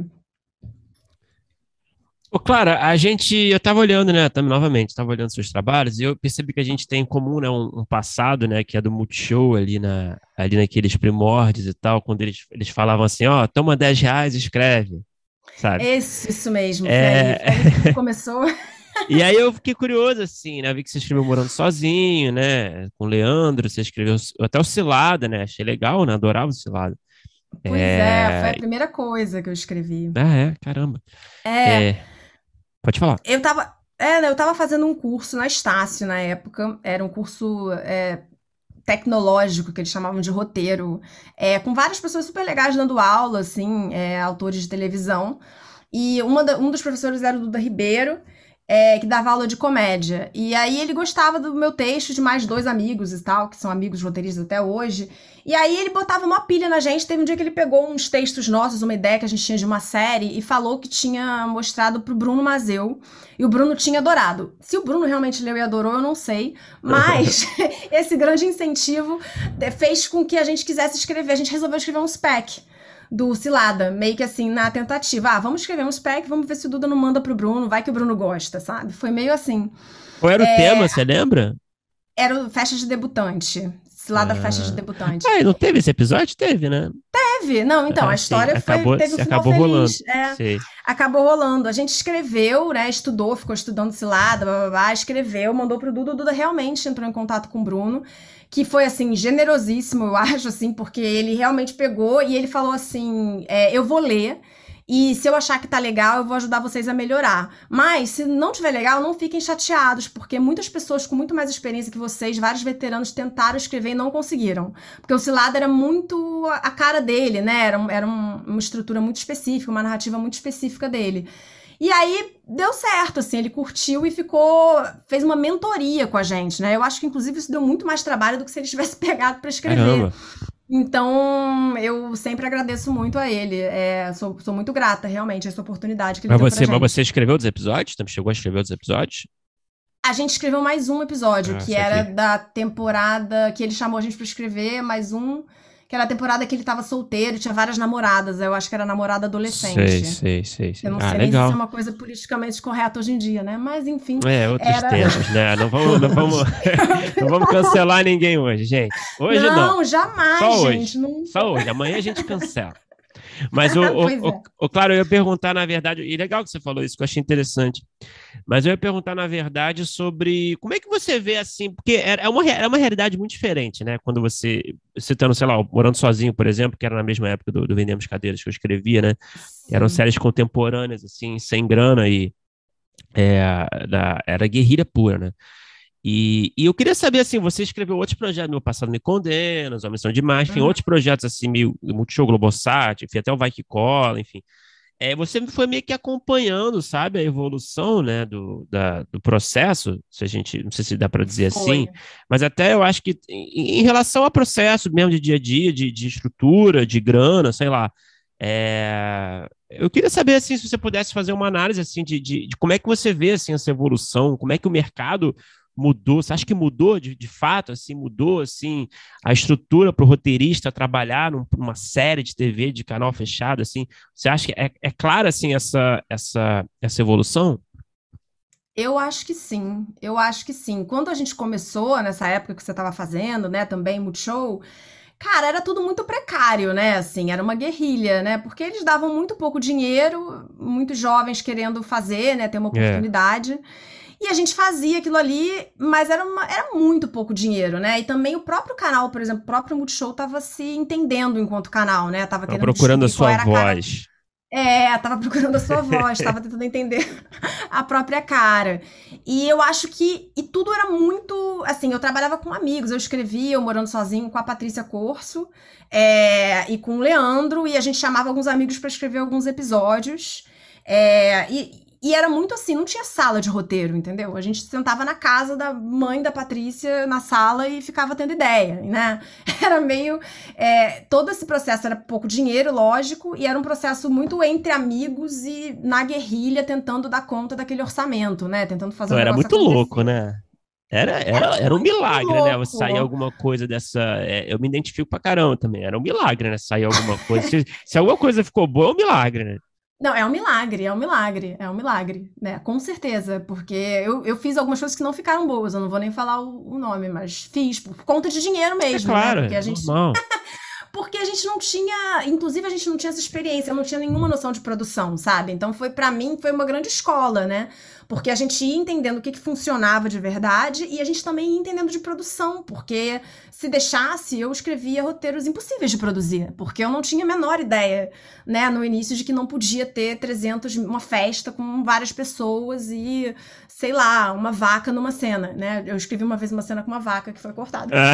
Ô, Clara, a gente, eu tava olhando, né, tam- novamente, tava olhando seus trabalhos e eu percebi que a gente tem em comum, né, um, um passado, né, que é do Multishow ali, na, ali naqueles primórdios e tal, quando eles, eles falavam assim, ó, toma dez reais e escreve, sabe? Isso, isso mesmo, foi ali, É, foi ali que tudo começou. e aí eu fiquei curioso, assim, né, vi que você escreveu Morando Sozinho, né, com o Leandro, você escreveu até o Cilada, né, achei legal, né, adorava o Cilada. Pois é, foi a É, primeira coisa que eu escrevi. ah, é, caramba. É, É, pode falar. eu tava, é, né, eu tava fazendo um curso na Estácio na época, era um curso é, tecnológico, que eles chamavam de roteiro, é, com várias pessoas super legais dando aula, assim, é, autores de televisão. E uma da- um dos professores era o Duda Ribeiro, é, que dava aula de comédia. E aí ele gostava do meu texto de mais dois amigos e tal, que são amigos roteiristas até hoje. E aí ele botava uma pilha na gente. Teve um dia que ele pegou uns textos nossos, uma ideia que a gente tinha de uma série, e falou que tinha mostrado pro Bruno Mazeu. E o Bruno tinha adorado. Se o Bruno realmente leu e adorou, eu não sei. Mas esse grande incentivo eh, fez com que a gente quisesse escrever. A gente resolveu escrever um spec do Cilada, meio que assim, na tentativa. Ah, vamos escrever um spec, vamos ver se o Duda não manda pro Bruno, vai que o Bruno gosta, sabe? Foi meio assim. Qual era o tema, você lembra? Era o festa de debutante. Cilada festa de Ah, debutante. ah, e não teve esse episódio? Teve, né? Teve, não, então, a Ah, sim, história foi, acabou, teve um se final acabou rolando. feliz. É, Sei. acabou rolando. A gente escreveu, né? Estudou, ficou estudando Cilada, blá, blá, blá, escreveu, mandou pro Duda. O Duda realmente entrou em contato com o Bruno, que foi, assim, generosíssimo, eu acho, assim, porque ele realmente pegou e ele falou assim: é, eu vou ler. E se eu achar que tá legal, eu vou ajudar vocês a melhorar. Mas, se não tiver legal, não fiquem chateados, porque muitas pessoas com muito mais experiência que vocês, vários veteranos, tentaram escrever e não conseguiram. Porque o Cilada era muito a cara dele, né? Era, um- era um- uma estrutura muito específica, uma narrativa muito específica dele. E aí deu certo, assim, ele curtiu e ficou, fez uma mentoria com a gente, né? Eu acho que inclusive isso deu muito mais trabalho do que se ele tivesse pegado pra escrever. Caramba. Então, eu sempre agradeço muito a ele. É, sou, sou muito grata, realmente, a essa oportunidade que ele Mas deu pra você, mas gente. você escreveu os episódios? Também chegou a escrever os episódios? A gente escreveu mais um episódio, Ah, que isso era aqui. da temporada que ele chamou a gente pra escrever, mais um, que era a temporada que ele tava solteiro, tinha várias namoradas. Eu acho que era namorada Sei, adolescente. sei, sei, Eu sei. não Ah, sei nem se isso é legal. uma coisa politicamente correta hoje em dia, né? Mas, enfim, É, outros era. tempos, né? Não vamos, não vamos, não vamos cancelar ninguém hoje, gente. Hoje não. Não, jamais, Só gente. hoje. Nunca. Só hoje. Amanhã a gente cancela. Mas, o, o, Pois o, é. o- claro, eu ia perguntar, na verdade, e legal que você falou isso, que eu achei interessante. Mas eu ia perguntar, na verdade, sobre como é que você vê assim, porque é é uma, rea- é uma realidade muito diferente, né? Quando você, citando, sei lá, o Morando Sozinho, por exemplo, que era na mesma época do, do Vendemos Cadeiras que eu escrevia, né? Eram Sim. séries contemporâneas, assim, sem grana e é, da- era guerrilha pura, né? E, e eu queria saber, assim, você escreveu outros projetos, Meu Passado Me Condena, A Missão de Marte, enfim, Uhum. outros projetos, assim, meio Multishow, Globosat, enfim, até o Vai Que Cola, enfim. É, você foi meio que acompanhando, sabe, a evolução, né, do, da, do processo, se a gente, não sei se dá para dizer Foi. assim, mas até eu acho que em, em relação ao processo mesmo de dia a dia, de, de estrutura, de grana, sei lá, é, eu queria saber, assim, se você pudesse fazer uma análise, assim, de, de, de como é que você vê, assim, essa evolução, como é que o mercado mudou, você acha que mudou de, de fato, assim, mudou, assim, a estrutura para o roteirista trabalhar num- numa série de T V de canal fechado, assim, você acha que é, é clara, assim, essa, essa, essa evolução? Eu acho que sim, eu acho que sim. Quando a gente começou, nessa época que você estava fazendo, né, também Multishow, cara, era tudo muito precário, né? Assim, era uma guerrilha, né? Porque eles davam muito pouco dinheiro, muitos jovens querendo fazer, né, ter uma É, oportunidade. E a gente fazia aquilo ali, mas era, uma- era muito pouco dinheiro, né? E também o próprio canal, por exemplo, o próprio Multishow tava se entendendo enquanto canal, né? Tava tava querendo procurando a descobrir qual sua era a cara. voz. É, tava procurando a sua voz, tava tentando entender a própria cara. E eu acho que. E tudo era muito. Assim, eu trabalhava com amigos, eu escrevia, eu morando sozinho com a Patrícia Corso é, e com o Leandro, e a gente chamava alguns amigos pra escrever alguns episódios. É, e, e era muito assim, não tinha sala de roteiro, entendeu? A gente sentava na casa da mãe da Patrícia, na sala, e ficava tendo ideia, né? Era meio. É, todo esse processo era pouco dinheiro, lógico, e era um processo muito entre amigos e na guerrilha, tentando dar conta daquele orçamento, né? Tentando fazer Não, o era negócio muito louco, acontecer. né? Era, Era era, era um muito milagre, né? Você sair louco. alguma coisa dessa. É, eu me identifico pra caramba também. Era um milagre, né? Sair alguma coisa. Se, se alguma coisa ficou boa, é um milagre, né? Não, é um milagre, é um milagre, é um milagre, né? Com certeza, porque eu, eu fiz algumas coisas que não ficaram boas, eu não vou nem falar o, o nome, mas fiz por conta de dinheiro É mesmo, né? claro, Porque é a gente normal. porque a gente não tinha, inclusive a gente não tinha essa experiência, eu não tinha nenhuma noção de produção, sabe? Então foi para mim foi uma grande escola, né? Porque a gente ia entendendo o que, que funcionava de verdade e a gente também ia entendendo de produção, porque se deixasse eu escrevia roteiros impossíveis de produzir, porque eu não tinha a menor ideia, né, no início de que não podia ter trezentos uma festa com várias pessoas e sei lá, uma vaca numa cena, né? Eu escrevi uma vez uma cena com uma vaca que foi cortada. Ah,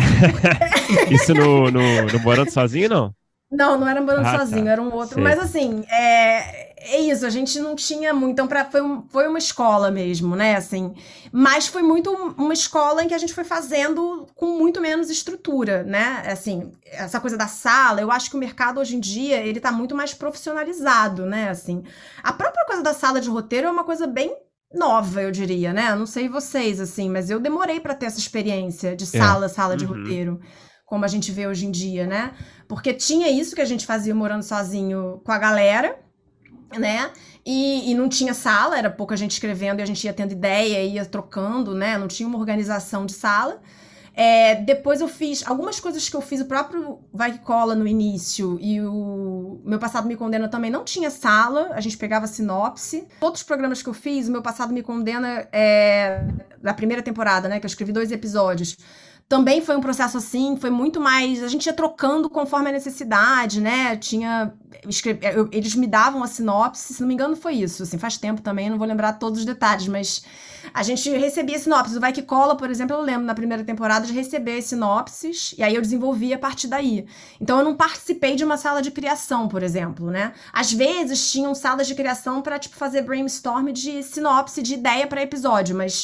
isso no, no, no Morando Sozinho, não? Não, não era morando Ah, sozinho, tá. era um outro. Mas Sei. assim, é, é isso, a gente não tinha muito. Então, pra, foi, um- foi uma escola mesmo, né? Assim, mas foi muito uma escola em que a gente foi fazendo com muito menos estrutura, né? Assim, essa coisa da sala, eu acho que o mercado hoje em dia ele tá muito mais profissionalizado, né? Assim, a própria coisa da sala de roteiro é uma coisa bem nova, eu diria, né? Eu não sei vocês, assim, mas eu demorei pra ter essa experiência de É. sala, sala de Uhum. roteiro, como a gente vê hoje em dia, né? Porque tinha isso que a gente fazia morando sozinho com a galera, né? E, e não tinha sala, era pouca gente escrevendo e a gente ia tendo ideia, ia trocando, né? Não tinha uma organização de sala. É, depois eu fiz algumas coisas que eu fiz, o próprio Vai Que Cola no início e o Meu Passado Me Condena também não tinha sala, a gente pegava sinopse. Outros programas que eu fiz, o Meu Passado Me Condena é, da primeira temporada, né? Que eu escrevi dois episódios. Também foi um processo assim, foi muito mais. A gente ia trocando conforme a necessidade, né? Tinha. escre- eu- Eles me davam a sinopse, se não me engano, foi isso. Assim, faz tempo também, não vou lembrar todos os detalhes, mas a gente recebia sinopses. O Vai Que Cola, por exemplo, eu lembro na primeira temporada de receber sinopses, e aí eu desenvolvia a partir daí. Então eu não participei de uma sala de criação, por exemplo, né? Às vezes tinham salas de criação para tipo, fazer brainstorm de sinopse, de ideia para episódio, mas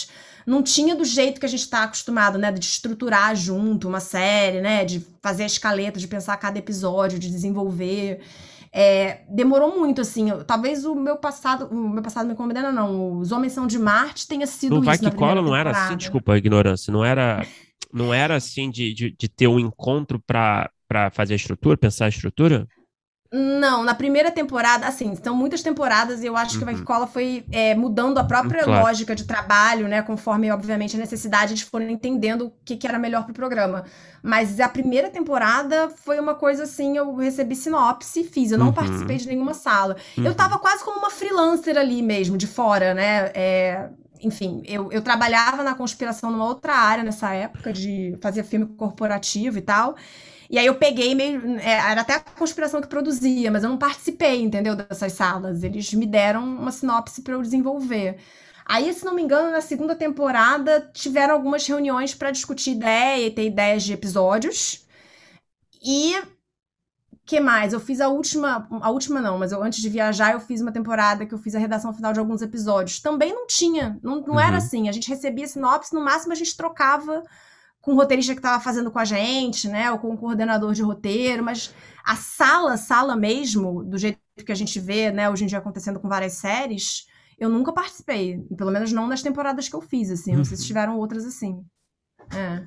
não tinha do jeito que a gente está acostumado, né? De estruturar junto uma série, né? De fazer a escaleta, de pensar cada episódio, de desenvolver. É, demorou muito, assim. Eu, talvez o meu passado, o meu passado me condena, não. Os Homens São de Marte tenha sido No Vai isso Que na primeira Cola não era assim, temporada. desculpa a ignorância, não era, não era assim de, de, de ter um encontro para para fazer a estrutura, pensar a estrutura? Não, na primeira temporada, assim, são muitas temporadas e eu acho que Vai Que Uhum. Cola foi é, mudando a própria Claro. lógica de trabalho, né? Conforme, obviamente, a necessidade de forem entendendo o que, que era melhor pro programa. Mas a primeira temporada foi uma coisa assim, eu recebi sinopse, fiz, eu não Uhum. participei de nenhuma sala. Uhum. Eu tava quase como uma freelancer ali mesmo, de fora, né? É, enfim, eu, eu trabalhava na conspiração numa outra área nessa época, de fazer filme corporativo e tal. E aí eu peguei meio. é, Era até a conspiração que produzia, mas eu não participei, entendeu? Dessas salas. Eles me deram uma sinopse para eu desenvolver. Aí, se não me engano, na segunda temporada tiveram algumas reuniões para discutir ideia e ter ideias de episódios. E que mais? Eu fiz a última, a última não, mas eu, antes de viajar eu fiz uma temporada que eu fiz a redação final de alguns episódios. Também não tinha, não, não Uhum. era assim. A gente recebia sinopse, no máximo a gente trocava com o roteirista que estava fazendo com a gente, né, ou com o coordenador de roteiro, mas a sala, sala mesmo, do jeito que a gente vê, né, hoje em dia acontecendo com várias séries, eu nunca participei, pelo menos não nas temporadas que eu fiz, assim, não sei se Uhum. tiveram outras assim. É.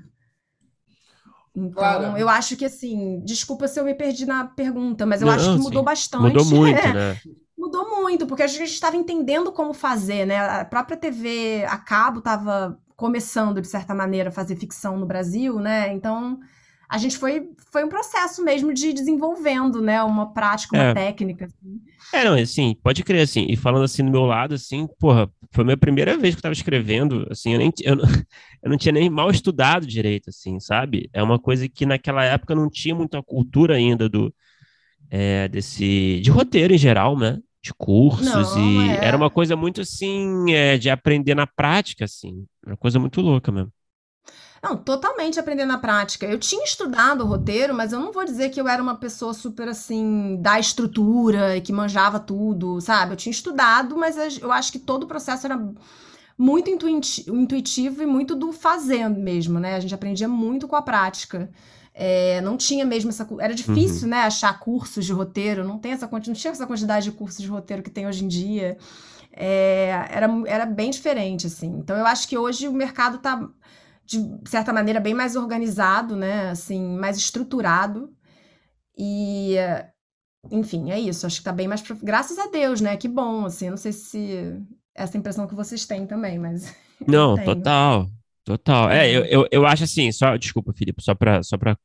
Então, Clara. eu acho que assim, desculpa se eu me perdi na pergunta, mas eu Não, acho que mudou sim. bastante. Mudou muito, É, né? mudou muito, porque a gente estava entendendo como fazer, né? A própria T V a cabo estava começando, de certa maneira, a fazer ficção no Brasil, né? Então, a gente foi, foi um processo mesmo de desenvolvendo, né? Uma prática, uma É, técnica. Assim. é, não, assim, pode crer, assim, e falando assim do meu lado, assim, porra, foi a minha primeira vez que eu tava escrevendo, assim, eu nem, eu, não- eu não tinha nem mal estudado direito, assim, sabe? É uma coisa que naquela época não tinha muita cultura ainda do, é, desse, de roteiro em geral, né? De cursos, Não, e era uma é. coisa muito, assim, é, de aprender na prática, assim, uma coisa muito louca mesmo. Não, totalmente aprender na prática. Eu tinha estudado o roteiro, mas eu não vou dizer que eu era uma pessoa super assim, da estrutura e que manjava tudo, sabe? Eu tinha estudado, mas eu acho que todo o processo era muito intuiti- intuitivo e muito do fazendo mesmo, né? A gente aprendia muito com a prática. É, não tinha mesmo essa. cu- Era difícil, Uhum. né? Achar cursos de roteiro, não tem essa quanti- não tinha essa quantidade de cursos de roteiro que tem hoje em dia. É, era, era bem diferente, assim. Então eu acho que hoje o mercado tá de certa maneira, bem mais organizado, né? Assim, mais estruturado. E, enfim, é isso. Acho que tá bem mais. prof- Graças a Deus, né? Que bom, assim. Eu não sei se essa impressão que vocês têm também, mas eu Não, tenho. total, total. É, eu, É. eu, eu acho assim, só, desculpa, Felipe, só para só para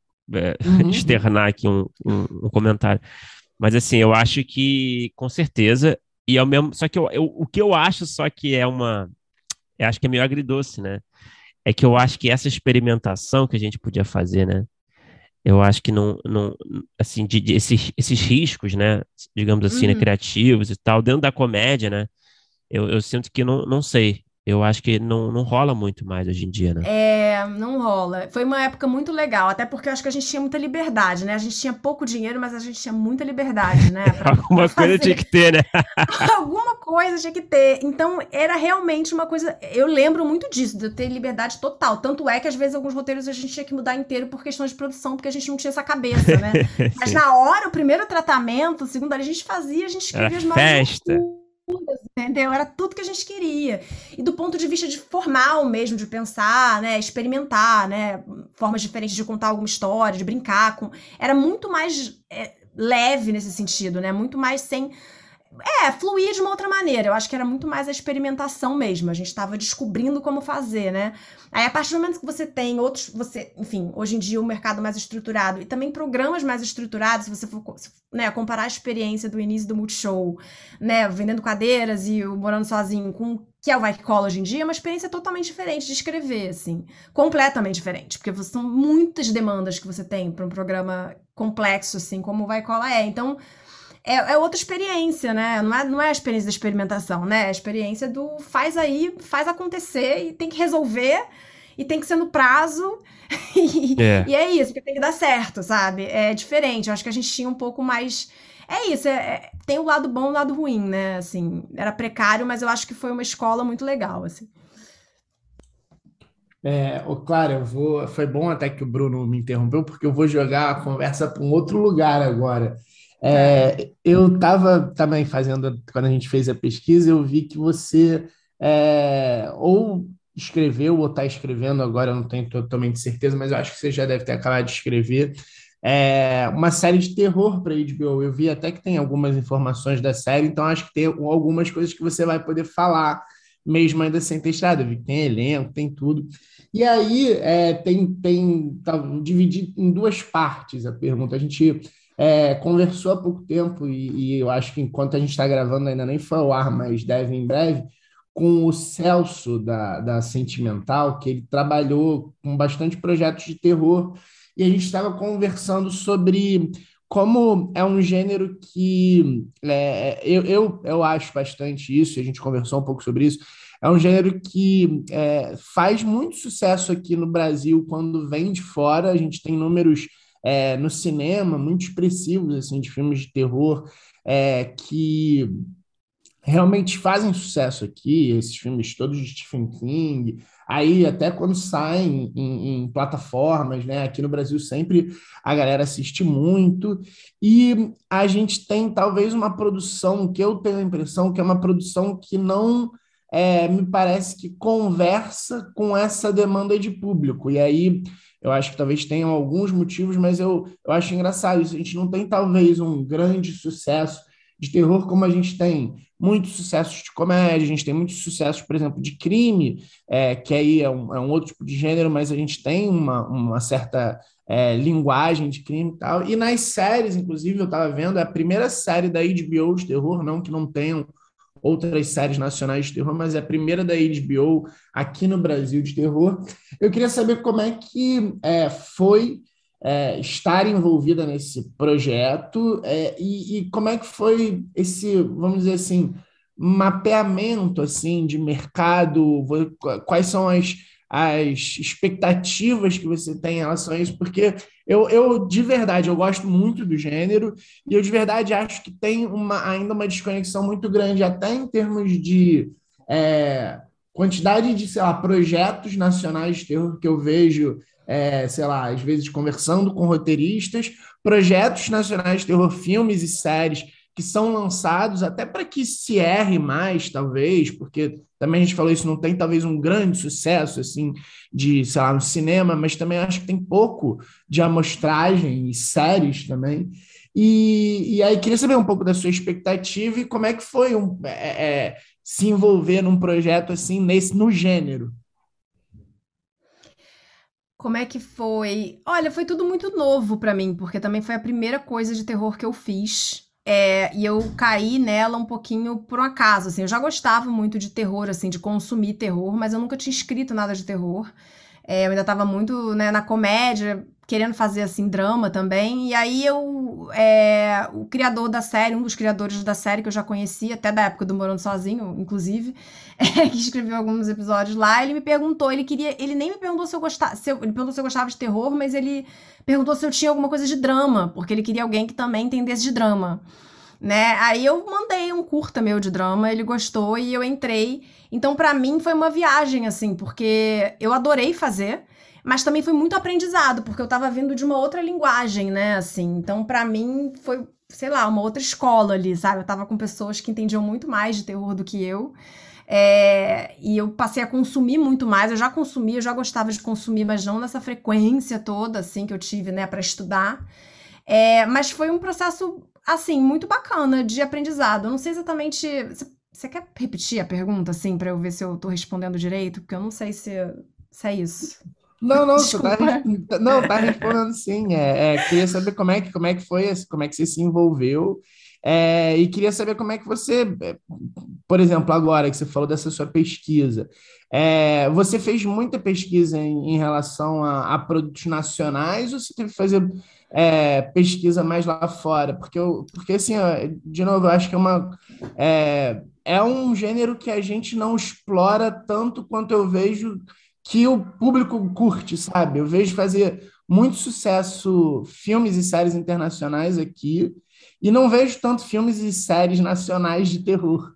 Uhum. externar aqui um, um, um comentário. Mas assim, eu acho que com certeza, e ao mesmo, só que eu, eu- o que eu acho só que é uma, eu acho que é meio agridoce, né? É que eu acho que essa experimentação que a gente podia fazer, né? Eu acho que não, não assim, de, de esses, esses riscos, né? Digamos assim, né, Uhum. criativos e tal, dentro da comédia, né? Eu, eu sinto que não, não sei. Eu acho que não, não rola muito mais hoje em dia, né? É, não rola. Foi uma época muito legal, até porque eu acho que a gente tinha muita liberdade, né? A gente tinha pouco dinheiro, mas a gente tinha muita liberdade, né? Pra, pra Alguma coisa tinha fazer. que ter, né? Alguma coisa tinha que ter. Então, era realmente uma coisa. Eu lembro muito disso, de eu ter liberdade total. Tanto é que, às vezes, alguns roteiros a gente tinha que mudar inteiro por questões de produção, porque a gente não tinha essa cabeça, né? Mas Sim. na hora, o primeiro tratamento, o segundo, a gente fazia, a gente Era escrevia as maiores festa. loucuras, entendeu? Era tudo que a gente queria. E do ponto de vista de formal mesmo, de pensar, né? Experimentar, né? Formas diferentes de contar alguma história, de brincar com. Era muito mais é, leve nesse sentido, né? Muito mais sem. É, fluir de uma outra maneira. Eu acho que era muito mais a experimentação mesmo. A gente estava descobrindo como fazer, né? Aí, a partir do momento que você tem outros, você, enfim, hoje em dia o mercado mais estruturado e também programas mais estruturados, se você for, né, comparar a experiência do início do Multishow, né, vendendo cadeiras e o Morando Sozinho com o que é o Vai Que Cola hoje em dia, é uma experiência totalmente diferente de escrever, assim, completamente diferente, porque são muitas demandas que você tem para um programa complexo, assim, como o Vai Que Cola é. Então, é, é outra experiência, né? Não é, não é a experiência da experimentação, né? É a experiência do faz aí, faz acontecer e tem que resolver e tem que ser no prazo e, É. e é isso, porque tem que dar certo, sabe? É diferente. Eu acho que a gente tinha um pouco mais. É isso, é, é- tem o lado bom e o lado ruim, né? Assim, era precário, mas eu acho que foi uma escola muito legal, assim. É, ô, claro, eu vou. Foi bom até que o Bruno me interrompeu, porque eu vou jogar a conversa para um outro lugar agora. Tá. É, eu estava também fazendo, quando a gente fez a pesquisa, eu vi que você é, ou escreveu ou está escrevendo agora, eu não tenho totalmente certeza, mas eu acho que você já deve ter acabado de escrever. É, uma série de terror para H B O. Eu vi até que tem algumas informações da série, então acho que tem algumas coisas que você vai poder falar, mesmo ainda sem ter estreado. Eu vi que tem elenco, tem tudo. E aí, é, tem, tem tá, dividido em duas partes a pergunta. A gente é, conversou há pouco tempo, e, e eu acho que enquanto a gente está gravando ainda nem foi ao ar, mas deve em breve, com o Celso da, da Sentimental, que ele trabalhou com bastante projetos de terror, e a gente estava conversando sobre como é um gênero que é, eu, eu, eu acho bastante isso, e a gente conversou um pouco sobre isso. É um gênero que é, faz muito sucesso aqui no Brasil quando vem de fora. A gente tem números é, no cinema muito expressivos assim, de filmes de terror é, que realmente fazem sucesso aqui, esses filmes todos de Stephen King, aí até quando saem em, em plataformas, né? Aqui no Brasil sempre a galera assiste muito, e a gente tem talvez uma produção que eu tenho a impressão que é uma produção que não é, me parece que conversa com essa demanda de público, e aí eu acho que talvez tenham alguns motivos, mas eu, eu acho engraçado isso, a gente não tem talvez um grande sucesso de terror como a gente tem muitos sucessos de comédia, a gente tem muitos sucessos, por exemplo, de crime, é, que aí é um, é um outro tipo de gênero, mas a gente tem uma, uma certa é, linguagem de crime e tal. E nas séries, inclusive, eu estava vendo, é a primeira série da H B O de terror, não que não tenham outras séries nacionais de terror, mas é a primeira da H B O aqui no Brasil de terror. Eu queria saber como é que é, foi é, estar envolvida nesse projeto é, e, e como é que foi esse, vamos dizer assim, mapeamento assim de mercado, quais são as, as expectativas que você tem em relação a isso, porque eu, eu de verdade eu gosto muito do gênero e eu de verdade acho que tem uma, ainda uma desconexão muito grande, até em termos de é, quantidade de, sei lá, projetos nacionais de terror que eu vejo é, sei lá, às vezes conversando com roteiristas, projetos nacionais de terror, filmes e séries que são lançados até para que se erre mais, talvez, porque também a gente falou isso, não tem talvez um grande sucesso, assim, de, sei lá, no cinema, mas também acho que tem pouco de amostragem e séries também. E, e aí queria saber um pouco da sua expectativa e como é que foi um, é, é, se envolver num projeto assim, nesse, no gênero. Como é que foi? Olha, foi tudo muito novo pra mim, porque também foi a primeira coisa de terror que eu fiz. É, e eu caí nela um pouquinho por um acaso, assim. Eu já gostava muito de terror, assim, de consumir terror, mas eu nunca tinha escrito nada de terror. É, eu ainda tava muito, né, na comédia, querendo fazer, assim, drama também. E aí eu... é, o criador da série, um dos criadores da série, que eu já conhecia, até da época do Morando Sozinho, inclusive, é, que escreveu alguns episódios lá, ele me perguntou, ele queria... Ele nem me perguntou se eu gostava... Se eu, ele perguntou se eu gostava de terror, mas ele perguntou se eu tinha alguma coisa de drama, porque ele queria alguém que também entendesse de drama. Né? Aí eu mandei um curta meu de drama, ele gostou e eu entrei. Então, pra mim, foi uma viagem, assim, porque eu adorei fazer, mas também foi muito aprendizado, porque eu tava vindo de uma outra linguagem, né, assim. Então, pra mim, foi, sei lá, uma outra escola ali, sabe? Eu tava com pessoas que entendiam muito mais de terror do que eu. É, e eu passei a consumir muito mais. Eu já consumia, eu já gostava de consumir, mas não nessa frequência toda, assim, que eu tive, né, pra estudar. É, mas foi um processo, assim, muito bacana de aprendizado. Eu não sei exatamente. Você, você quer repetir a pergunta, assim, para eu ver se eu tô respondendo direito? Porque eu não sei se, se é isso. Não, não, você tá, res- Desculpa. não, tá respondendo sim. É, é, queria saber como é que, como é que foi, esse- como é que você se envolveu. É, e queria saber como é que você, é, por exemplo, agora que você falou dessa sua pesquisa, é, você fez muita pesquisa em, em relação a, a produtos nacionais ou você teve que fazer é, pesquisa mais lá fora? Porque, eu, porque assim, ó, de novo, eu acho que é uma, é, é um gênero que a gente não explora tanto quanto eu vejo que o público curte, sabe? Eu vejo fazer muito sucesso filmes e séries internacionais aqui e não vejo tanto filmes e séries nacionais de terror.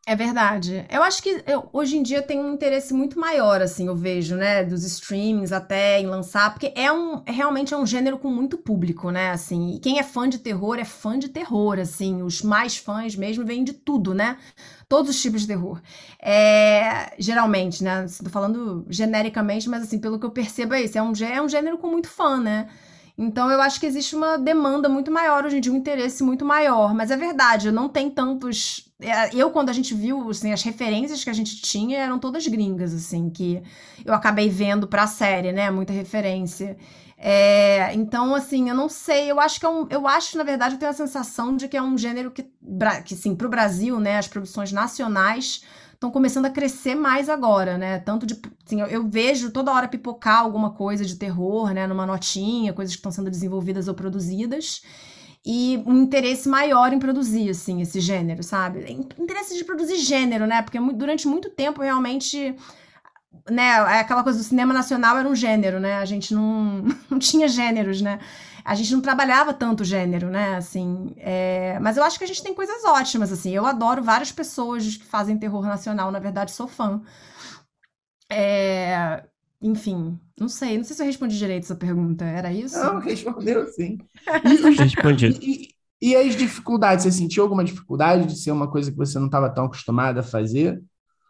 É verdade. Eu acho que eu- hoje em dia tem um interesse muito maior, assim, eu vejo, né, dos streamings até em lançar, porque é um, é- realmente é um gênero com muito público, né, assim, e quem é fã de terror é fã de terror, assim, os mais fãs mesmo vêm de tudo, né, todos os tipos de terror. É, geralmente, né, assim, tô falando genericamente, mas assim, pelo que eu percebo é isso, é um, gê- é um gênero com muito fã, né, então eu acho que existe uma demanda muito maior hoje em dia, um interesse muito maior. Mas é verdade, não tem tantos. é, Eu, quando a gente viu, assim, as referências que a gente tinha eram todas gringas, assim, que eu acabei vendo pra série, né? Muita referência. É, então, assim, eu não sei, eu acho que é um. Eu acho, na verdade, eu tenho a sensação de que é um gênero que, bra- que sim, pro Brasil, né? As produções nacionais estão começando a crescer mais agora, né? Tanto de, assim, eu, eu vejo toda hora pipocar alguma coisa de terror, né? Numa notinha, coisas que estão sendo desenvolvidas ou produzidas. E um interesse maior em produzir, assim, esse gênero, sabe? Interesse de produzir gênero, né? Porque mu- durante muito tempo, realmente, né, é aquela coisa do cinema nacional era um gênero, né? A gente não, não tinha gêneros, né? A gente não trabalhava tanto gênero, né? Assim, é, mas eu acho que a gente tem coisas ótimas, assim. Eu adoro várias pessoas que fazem terror nacional, na verdade, sou fã. É, enfim, não sei, não sei se eu respondi direito essa pergunta. Era isso? Não, respondeu sim. E, os- Respondido. e, e- e as dificuldades? Você sentiu alguma dificuldade de ser uma coisa que você não estava tão acostumada a fazer?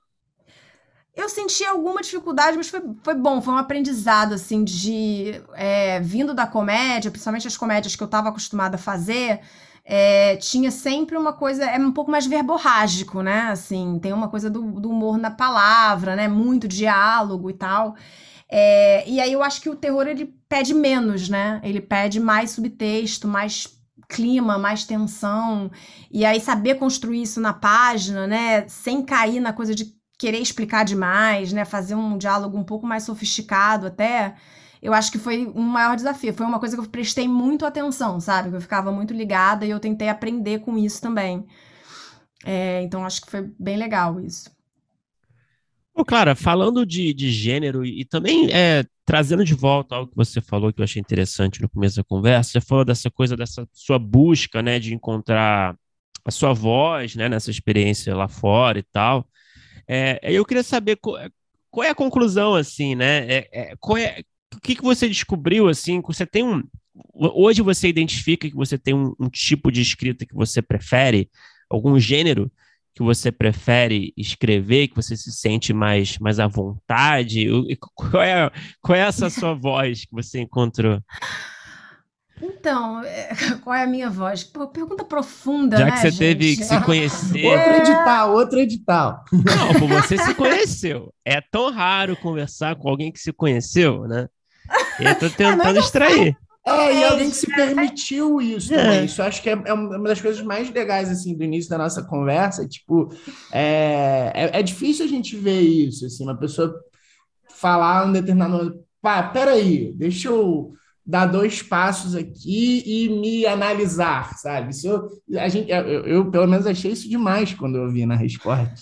Eu senti alguma dificuldade, mas foi, foi bom, foi um aprendizado, assim, de é, vindo da comédia, principalmente as comédias que eu estava acostumada a fazer, é, tinha sempre uma coisa, é um pouco mais verborrágico, né? Assim, tem uma coisa do, do humor na palavra, né? Muito diálogo e tal. É, e aí eu acho que o terror ele pede menos, né? Ele pede mais subtexto, mais clima, mais tensão. E aí saber construir isso na página, né? Sem cair na coisa de querer explicar demais, né? Fazer um diálogo um pouco mais sofisticado até. Eu acho que foi um maior desafio. Foi uma coisa que eu prestei muito atenção, sabe? Que eu ficava muito ligada e eu tentei aprender com isso também. É, então acho que foi bem legal isso. Pô, Clara, falando de, de gênero e, e também é, trazendo de volta algo que você falou que eu achei interessante no começo da conversa, você falou dessa coisa, dessa sua busca, né, de encontrar a sua voz, né, nessa experiência lá fora e tal. É, eu queria saber qual, qual é a conclusão, assim, né? É, é, qual é, o que que você descobriu, assim? Você tem um, hoje você identifica que você tem um, um tipo de escrita que você prefere, algum gênero que você prefere escrever, que você se sente mais, mais à vontade? O- e Qual é, qual é essa sua voz que você encontrou? Então, é, qual é a minha voz? Pô, pergunta profunda, Já que né, você teve gente? que se conhecer. Outro edital, outro edital. Não, pô, você se conheceu. É tão raro conversar com alguém que se conheceu, né? Eu tô É, não é tentando que eu extrair. É, e alguém que realmente. se permitiu isso também. É. Isso eu acho que é, é uma das coisas mais legais assim do início da nossa conversa. Tipo, é, é, é difícil a gente ver isso, assim, uma pessoa falar um determinado momento, pá, peraí, deixa eu dar dois passos aqui e me analisar, sabe? Isso eu, a gente, eu, eu, pelo menos achei isso demais quando eu vi na Rescord.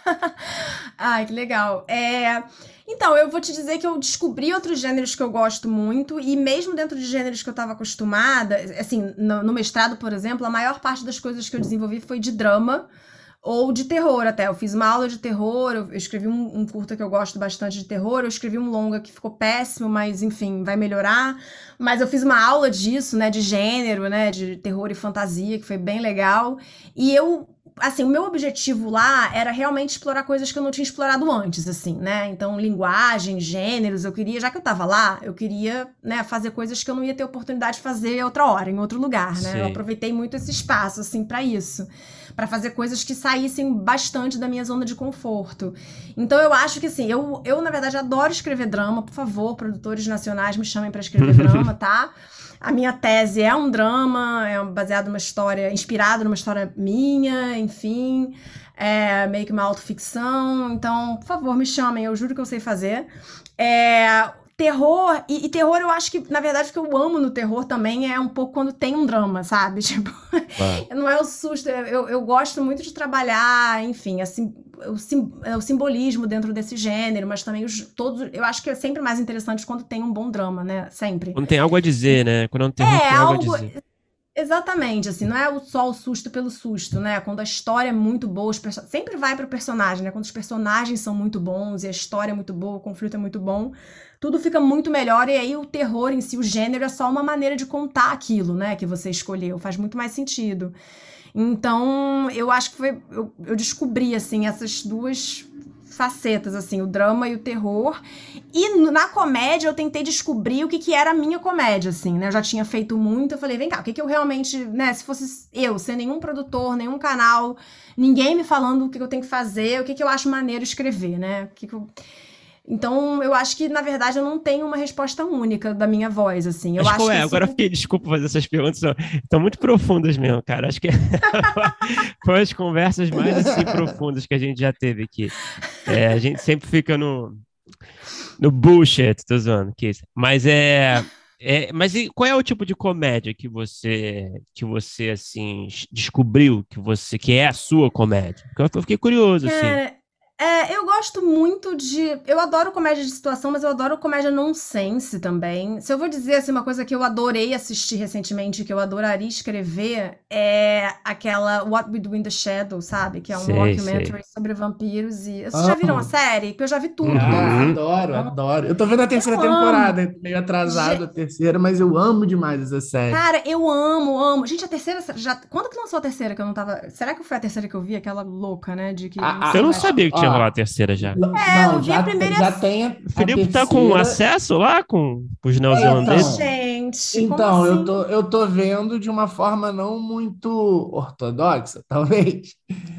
Ai, que legal. É, então, eu vou te dizer que eu descobri outros gêneros que eu gosto muito, e mesmo dentro de gêneros que eu estava acostumada, assim, no, no mestrado, por exemplo, a maior parte das coisas que eu desenvolvi foi de drama ou de terror até. Eu fiz uma aula de terror, eu, eu escrevi um, um curta que eu gosto bastante de terror, eu escrevi um longa que ficou péssimo, mas enfim, vai melhorar. Mas eu fiz uma aula disso, né, de gênero, né, de terror e fantasia, que foi bem legal. E eu assim, o meu objetivo lá era realmente explorar coisas que eu não tinha explorado antes, assim, né? Então, linguagem, gêneros, eu queria, já que eu tava lá, eu queria, né, fazer coisas que eu não ia ter oportunidade de fazer outra hora, em outro lugar, né? Eu Sim. aproveitei muito esse espaço, assim, para isso, para fazer coisas que saíssem bastante da minha zona de conforto. Então, eu acho que, assim, eu, eu na verdade, adoro escrever drama, por favor, produtores nacionais me chamem para escrever drama, tá? A minha tese é um drama, é baseado numa história, inspirado numa história minha, enfim, é meio que uma autoficção. Então, por favor, me chamem, eu juro que eu sei fazer. É, terror, e, e terror eu acho que, na verdade, o que eu amo no terror também é um pouco quando tem um drama, sabe? Tipo, Claro. não é o susto, eu, eu gosto muito de trabalhar, enfim, assim, o, sim, o simbolismo dentro desse gênero, mas também os, todos, eu acho que é sempre mais interessante quando tem um bom drama, né? Sempre. Quando tem algo a dizer, né? Quando é um terror que É, tem algo a algo. dizer. Exatamente, assim, não é o- só o susto pelo susto, né? Quando a história é muito boa, os perso- sempre vai pro personagem, né? Quando os personagens são muito bons e a história é muito boa, o conflito é muito bom, tudo fica muito melhor e aí o terror em si, o gênero, é só uma maneira de contar aquilo, né? Que você escolheu, faz muito mais sentido. Então, eu acho que foi. Eu, eu descobri, assim, essas duas facetas, assim, o drama e o terror. E no- na comédia eu tentei descobrir o que, que era a minha comédia, assim, né? Eu já tinha feito muito, eu falei, vem cá, o que, que eu realmente, né? Se fosse eu, sem nenhum produtor, nenhum canal, ninguém me falando o que, que eu tenho que fazer, o que, que eu acho maneiro escrever, né? O que que eu... Então, eu acho que, na verdade, eu não tenho uma resposta única da minha voz, assim. Eu Mas acho qual que é? assim, Agora eu fiquei, desculpa fazer essas perguntas, são- estão muito profundas mesmo, cara. Acho que foi as conversas mais assim profundas que a gente já teve aqui. É, a gente sempre fica no, no bullshit, tô zoando, que isso. Mas é, é, mas e qual é o tipo de comédia que você, que você assim descobriu que você que é a sua comédia? Porque eu fiquei curioso assim. cara, é, eu gosto muito de. Eu adoro comédia de situação, mas eu adoro comédia nonsense também. Se eu vou dizer assim, uma coisa que eu adorei assistir recentemente, que eu adoraria escrever, é aquela What We Do in the Shadows, sabe? Que é um Sei, sei. mockumentary sobre vampiros. E vocês já viram a Amo. série? Porque eu já vi tudo, Ah, Uhum. então. adoro, adoro. Eu tô vendo a terceira Eu amo. temporada, meio atrasado a Ge- terceira, mas eu amo demais essa série. Cara, eu amo, amo. Gente, a terceira. Já... Quando que lançou a terceira que eu não tava. Será que foi a terceira que eu vi? Aquela louca, né? De que o A, Eu não Sylvester. a, sabia que tinha rolado a ó, terceira já. É, eu não, vi a já, primeira e a já tem a, O a Felipe tá com terceira. acesso lá com os É, neozelandeses? então, Gente, como então eu assim? tô, eu tô vendo de uma forma não muito ortodoxa, talvez.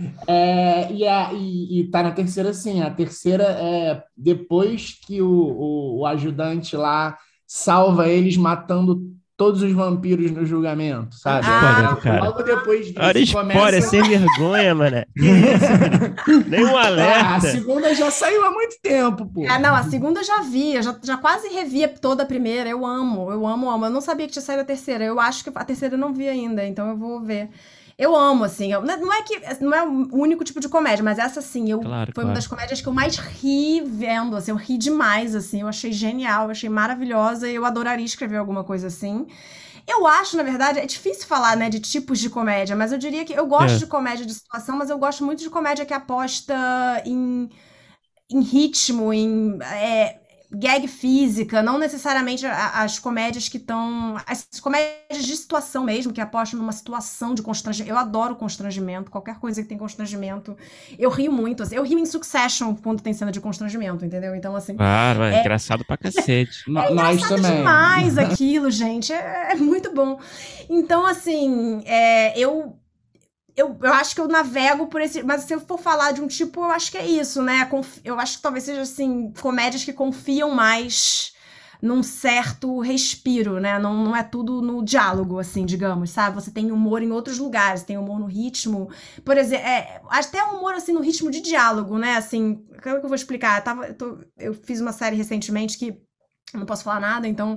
É, e, a, e, e tá na terceira, sim. A terceira é depois que o, o, o ajudante lá salva eles matando todos os vampiros no julgamento, Olha o sabe? Ah, spoiler do É, é cara. logo depois Olha disso spoiler, começa. sem vergonha, mané. Que isso, Felipe? Nenhum Ah, a alerta. segunda já saiu há muito tempo, pô. ah, não, a segunda eu já vi, eu já, já quase revi toda a primeira. Eu amo, eu amo, amo. Eu não sabia que tinha saído a terceira. Eu acho que a terceira eu não vi ainda, então eu vou ver. Eu amo, assim. eu- não é não é que não é o único tipo de comédia, mas essa, assim, eu, Claro, foi uma claro. das comédias que eu mais ri vendo, assim. Eu ri demais, assim. Eu achei genial, eu achei maravilhosa e eu adoraria escrever alguma coisa assim. Eu acho, na verdade, é difícil falar, né, de tipos de comédia, mas eu diria que eu gosto É, de comédia de situação, mas eu gosto muito de comédia que aposta em em ritmo, em é, gag física, não necessariamente a- as comédias que estão. As comédias de situação mesmo, que apostam numa situação de constrangimento. Eu adoro constrangimento, qualquer coisa que tem constrangimento. Eu rio muito. Assim, eu rio em Succession quando tem cena de constrangimento, entendeu? Então, assim, claro, é engraçado pra cacete. No- nós engraçado também. demais aquilo, gente. É, é muito bom. Então, assim, é, eu eu, eu acho que eu navego por esse. Mas se eu for falar de um tipo, eu acho que é isso, né? Conf- Eu acho que talvez seja assim, comédias que confiam mais num certo respiro, né? Não, não é tudo no diálogo, assim, digamos, sabe? Você tem humor em outros lugares, tem humor no ritmo. Por exemplo, é, até humor assim no ritmo de diálogo, né? Assim, como é que eu vou explicar? Eu, tava, eu, tô- eu fiz uma série recentemente que eu não posso falar nada, então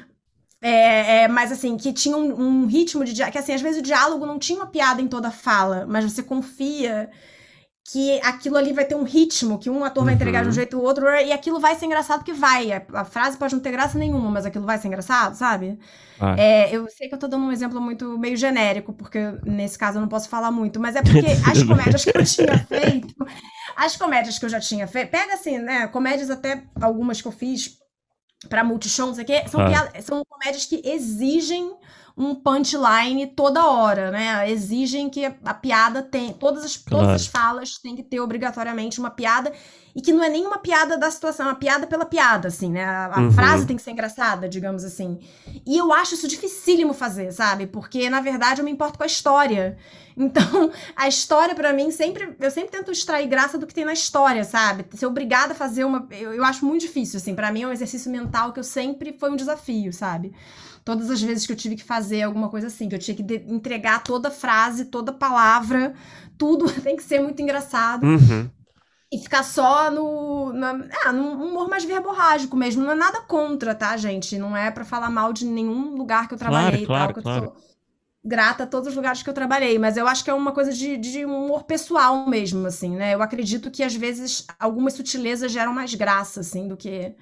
é, é, mas assim, que tinha um, um ritmo de diálogo, que assim, às vezes o diálogo não tinha uma piada em toda a fala, mas você confia que aquilo ali vai ter um ritmo, que um ator vai entregar de um Uhum, jeito ou outro, e aquilo vai ser engraçado que vai. A, a frase pode não ter graça nenhuma, mas aquilo vai ser engraçado, sabe? claro. É, eu sei que eu tô dando um exemplo muito meio genérico, porque nesse caso eu não posso falar muito, mas é porque as Tudo bem. comédias que eu tinha feito, as comédias que eu já tinha feito, pega assim, né, comédias até algumas que eu fiz pra Multishow, não sei o quê, são, Claro. piadas, são comédias que exigem um punchline toda hora, né? Exigem que a, a piada tem. Todas as, todas as Claro. falas têm que ter obrigatoriamente uma piada. E que não é nem uma piada da situação, é uma piada pela piada, assim, né? A, a frase Uhum. tem que ser engraçada, digamos assim. E eu acho isso dificílimo fazer, sabe? Porque, na verdade, eu me importo com a história. Então, a história, pra mim, sempre. Eu sempre tento extrair graça do que tem na história, sabe? Ser obrigada a fazer uma. Eu, eu acho muito difícil, assim. Pra mim é um exercício mental que eu sempre foi um desafio, sabe? Todas as vezes que eu tive que fazer alguma coisa assim, que eu tinha que de- entregar toda frase, toda palavra, tudo tem que ser muito engraçado. Uhum. E ficar só no, na, ah, num humor mais verborrágico mesmo. Não é nada contra, tá, gente? Não é pra falar mal de nenhum lugar que eu Claro, trabalhei e tal, claro, que eu claro. sou grata a todos os lugares que eu trabalhei, mas eu acho que é uma coisa de, de humor pessoal mesmo, assim, né? Eu acredito que às vezes algumas sutilezas geram mais graça, assim, do que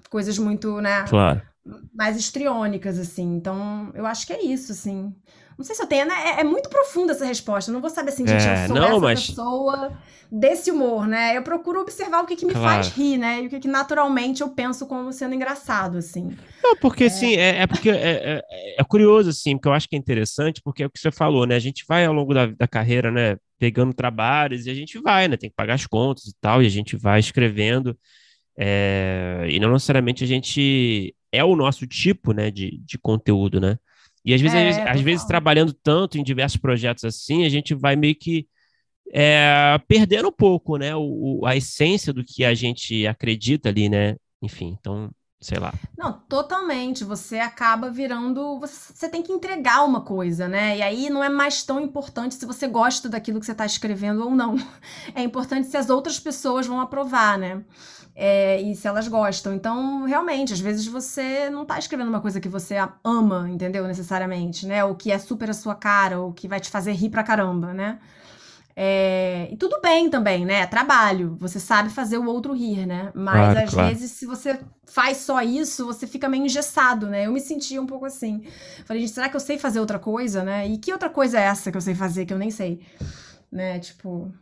coisas muito, né, Claro. mais histriônicas, assim. Então, eu acho que é isso, assim. Não sei se eu tenho, né? É, é muito profunda essa resposta. Eu não vou saber assim, gente, eu É, sou não, essa mas, pessoa desse humor, né? Eu procuro observar o que que me faz claro. rir, né? E o que que naturalmente eu penso como sendo engraçado, assim. Não, porque assim, é, é porque é, é, é curioso, assim, porque eu acho que é interessante, porque é o que você falou, né? A gente vai ao longo da, da carreira, né, pegando trabalhos e a gente vai, né? Tem que pagar as contas e tal, e a gente vai escrevendo, é, e não necessariamente a gente é o nosso tipo, né, de, de conteúdo, né? E às vezes, às vezes, É, às vezes, total. trabalhando tanto em diversos projetos assim, a gente vai meio que é, perdendo um pouco, né, o, o- a essência do que a gente acredita ali, né? Enfim, então, sei lá. Não, totalmente. Você acaba virando. Você, você tem que entregar uma coisa, né? E aí não é mais tão importante se você gosta daquilo que você está escrevendo ou não. É importante se as outras pessoas vão aprovar, né? É, e se elas gostam. Então, realmente, às vezes você não está escrevendo uma coisa que você ama, entendeu? Necessariamente, né? Ou que é super a sua cara, ou que vai te fazer rir pra caramba, né? É, e tudo bem também, né? É trabalho. Você sabe fazer o outro rir, né? Mas Claro, às claro. vezes, se você faz só isso, você fica meio engessado, né? Eu me sentia um pouco assim. Falei, gente, será que eu sei fazer outra coisa, né? E que outra coisa é essa que eu sei fazer que eu nem sei, né? Tipo,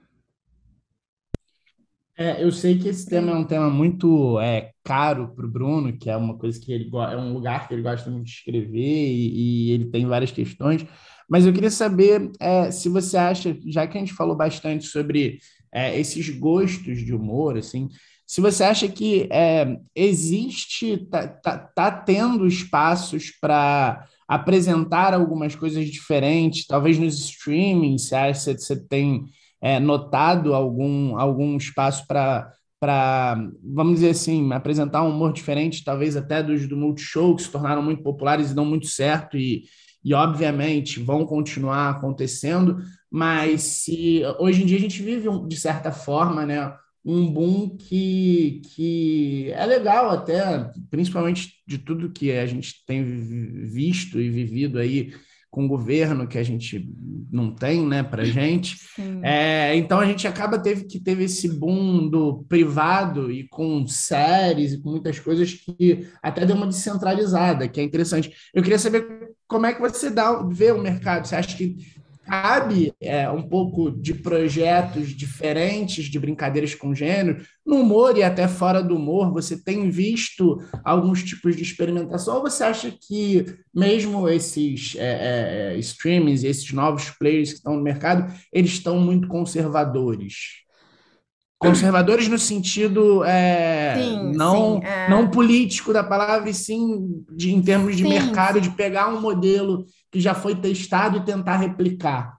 É, eu sei que esse por tema é aí. um tema muito é, caro para o Bruno, que é uma coisa que ele go- é um lugar que ele gosta muito de escrever e, e ele tem várias questões. Mas eu queria saber é, se você acha, já que a gente falou bastante sobre é, esses gostos de humor, assim, se você acha que é, existe, tá, tá, tá tendo espaços para apresentar algumas coisas diferentes, talvez nos streamings, você acha que você tem é, notado algum, algum espaço para, para, vamos dizer assim, apresentar um humor diferente, talvez até dos do Multishow, que se tornaram muito populares e dão muito certo, e, e obviamente vão continuar acontecendo, mas se hoje em dia a gente vive, um, de certa forma, né, um boom que, que é legal até, principalmente de tudo que a gente tem visto e vivido aí com o governo, que a gente não tem, né, para gente. Sim. É, então a gente acaba teve que teve esse boom do privado e com séries e com muitas coisas que até deu uma descentralizada, que é interessante. Eu queria saber como é que você dá, vê o mercado. Você acha que cabe é, um pouco de projetos diferentes, de brincadeiras com gênero, no humor e até fora do humor? Você tem visto alguns tipos de experimentação? Ou você acha que mesmo esses é, é, streamings, esses novos players que estão no mercado, eles estão muito conservadores? Conservadores no sentido é, Sim, sim, não, não é, político da palavra, e sim de, em termos de sim, mercado, de sim. pegar um modelo que já foi testado e tentar replicar.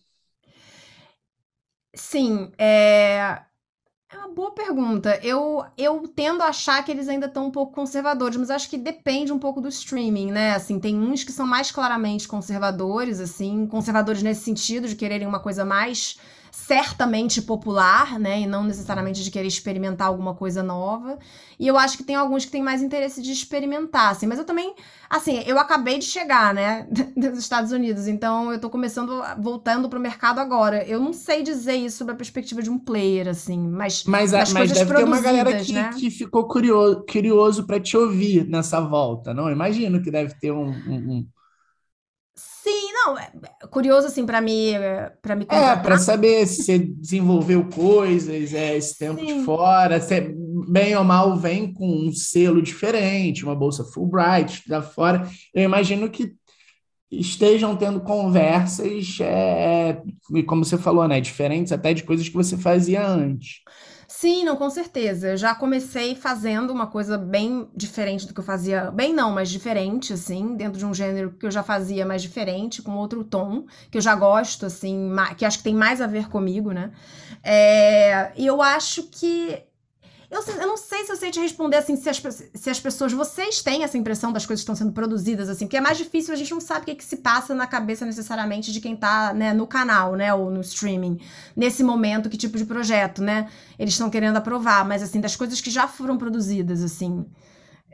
Sim, é, é uma boa pergunta. Eu, eu tendo a achar que eles ainda estão um pouco conservadores, mas acho que depende um pouco do streaming, né? Assim, tem uns que são mais claramente conservadores, assim, conservadores nesse sentido de quererem uma coisa mais certamente popular, né? E não necessariamente de querer experimentar alguma coisa nova. E eu acho que tem alguns que têm mais interesse de experimentar, assim. Mas eu também, assim, eu acabei de chegar, né, dos Estados Unidos, então eu tô começando, voltando pro mercado agora. Eu não sei dizer isso sobre a perspectiva de um player, assim, mas Mas, das mas coisas deve ter uma galera produzidas, que, né? que ficou curioso, curioso para te ouvir nessa volta, não? Imagino que deve ter um, um, um Sim, não, é é curioso, assim, pra me, para me É, contratar? para saber se você desenvolveu coisas, é, esse tempo de Sim. fora, se bem ou mal vem com um selo diferente, uma bolsa Fulbright da fora. Eu imagino que estejam tendo conversas, é, e como você falou, né, diferentes até de coisas que você fazia antes. Sim, não, com certeza. Eu já comecei fazendo uma coisa bem diferente do que eu fazia. Bem, não, mas diferente, assim, dentro de um gênero que eu já fazia, mas diferente, com outro tom, que eu já gosto, assim, ma- que acho que tem mais a ver comigo, né? É, e eu acho que Eu, se- eu não sei se eu sei te responder assim, se as, pe- se as pessoas. Vocês têm essa impressão das coisas que estão sendo produzidas, assim, porque é mais difícil, a gente não sabe o que, que se passa na cabeça necessariamente de quem tá, né, no canal, né, ou no streaming, nesse momento, que tipo de projeto, né, eles estão querendo aprovar, mas assim, das coisas que já foram produzidas, assim.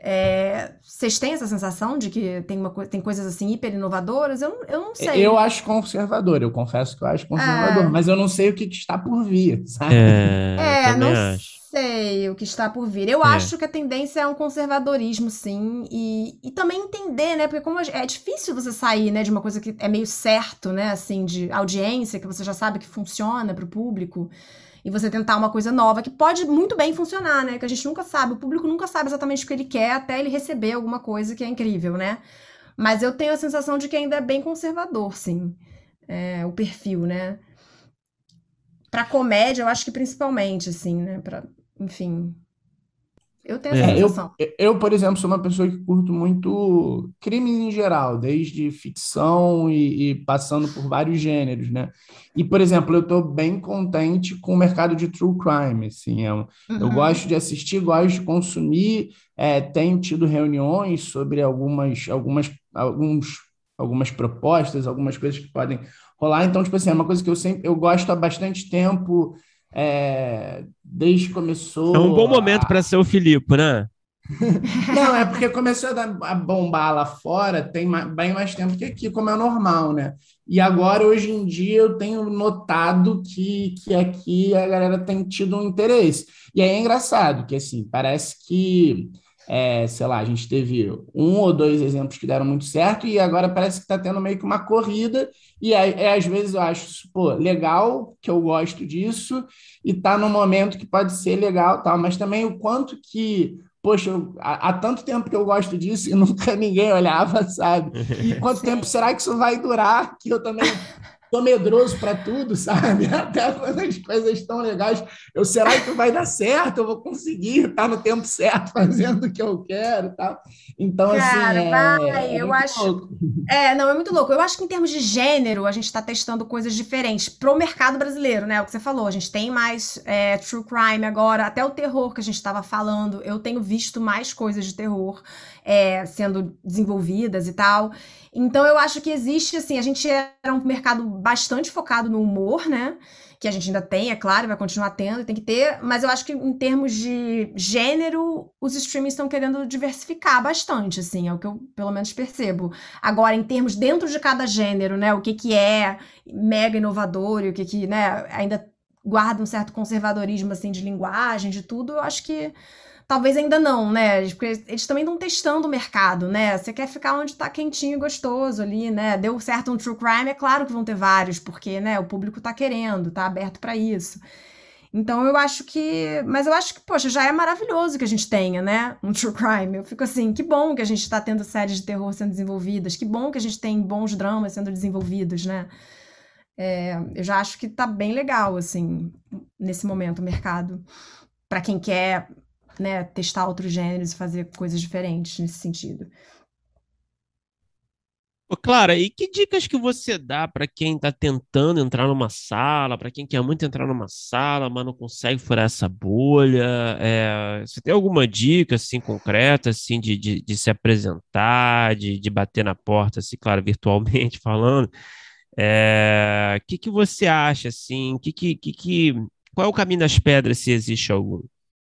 É, vocês têm essa sensação de que tem, uma, co- tem coisas assim hiper inovadoras? Eu, não- eu não Eu sei. acho conservador, eu confesso que eu acho conservador, É, mas eu não sei o que que está por vir, sabe? É, eu é, também não acho. sei o que está por vir. Eu É. acho que a tendência é um conservadorismo, sim, e, e também entender, né? Porque como a- é difícil você sair, né, de uma coisa que é meio certo, né, assim, de audiência, que você já sabe que funciona para o público, e você tentar uma coisa nova que pode muito bem funcionar, né? Que a gente nunca sabe, o público nunca sabe exatamente o que ele quer até ele receber alguma coisa que é incrível, né? Mas eu tenho a sensação de que ainda é bem conservador, sim, é, o perfil, né? Pra comédia, eu acho que principalmente, assim, né? Pra, enfim, eu tenho essa É, É. eu, sensação. eu, por exemplo, sou uma pessoa que curto muito crimes em geral, desde ficção e, e passando por vários gêneros, né? E, por exemplo, eu estou bem contente com o mercado de true crime, assim, é um- eu Uhum. gosto de assistir, gosto de consumir, é, tenho tido reuniões sobre algumas, algumas, alguns, algumas propostas, algumas coisas que podem rolar, então, tipo assim, é uma coisa que eu sempre, eu gosto há bastante tempo, é, desde que É um bom começou momento para ser o Filipe, né? não, é porque começou a, dar- a bombar lá fora tem ma- bem mais tempo que aqui, como é normal, né? E agora, hoje em dia, eu tenho notado que, que aqui a galera tem tido um interesse. E aí é engraçado, que assim, parece que, é, sei lá, a gente teve um ou dois exemplos que deram muito certo, e agora parece que está tendo meio que uma corrida, e aí, é, às vezes eu acho, pô, legal, que eu gosto disso, e tá num momento que pode ser legal, tal, mas também o quanto que poxa, eu- há, há tanto tempo que eu gosto disso e nunca ninguém olhava, sabe? E quanto tempo Sim. será que isso vai durar? Que eu também tô medroso para tudo, sabe? Até quando as coisas estão legais, eu será que vai dar certo? Eu vou conseguir estar no tempo certo fazendo o que eu quero, e tal. Então, assim, Cara, é, vai, é eu muito acho. louco. É, não, é muito louco. Eu acho que em termos de gênero, a gente tá testando coisas diferentes pro mercado brasileiro, né? O que você falou, a gente tem mais é, true crime agora, até o terror que a gente estava falando. Eu tenho visto mais coisas de terror é, sendo desenvolvidas e tal. Então eu acho que existe, assim, a gente era um mercado bastante focado no humor, né? Que a gente ainda tem, é claro, vai continuar tendo, tem que ter, mas eu acho que em termos de gênero, os streamings estão querendo diversificar bastante, assim, é o que eu pelo menos percebo. Agora, em termos dentro de cada gênero, né, o que que é mega inovador e o que que, né, ainda guarda um certo conservadorismo, assim, de linguagem, de tudo, eu acho que talvez ainda não, né, porque eles também estão testando o mercado, né, você quer ficar onde tá quentinho e gostoso ali, né, deu certo um true crime, é claro que vão ter vários, porque, né, o público tá querendo, tá aberto para isso. Então eu acho que. Mas eu acho que, poxa, já é maravilhoso que a gente tenha, né? Um true crime. Eu fico assim, que bom que a gente tá tendo séries de terror sendo desenvolvidas, que bom que a gente tem bons dramas sendo desenvolvidos, né? É, eu já acho que tá bem legal, assim, nesse momento, o mercado. Pra quem quer, né, testar outros gêneros e fazer coisas diferentes nesse sentido. Ô, Clara, e que dicas que você dá para quem está tentando entrar numa sala, para quem quer muito entrar numa sala, mas não consegue furar essa bolha? É, você tem alguma dica assim concreta assim de, de, de se apresentar, de, de bater na porta, assim, claro, virtualmente falando? É, o que que você acha assim? Que, que, que, que, qual é o caminho das pedras, se existe algum?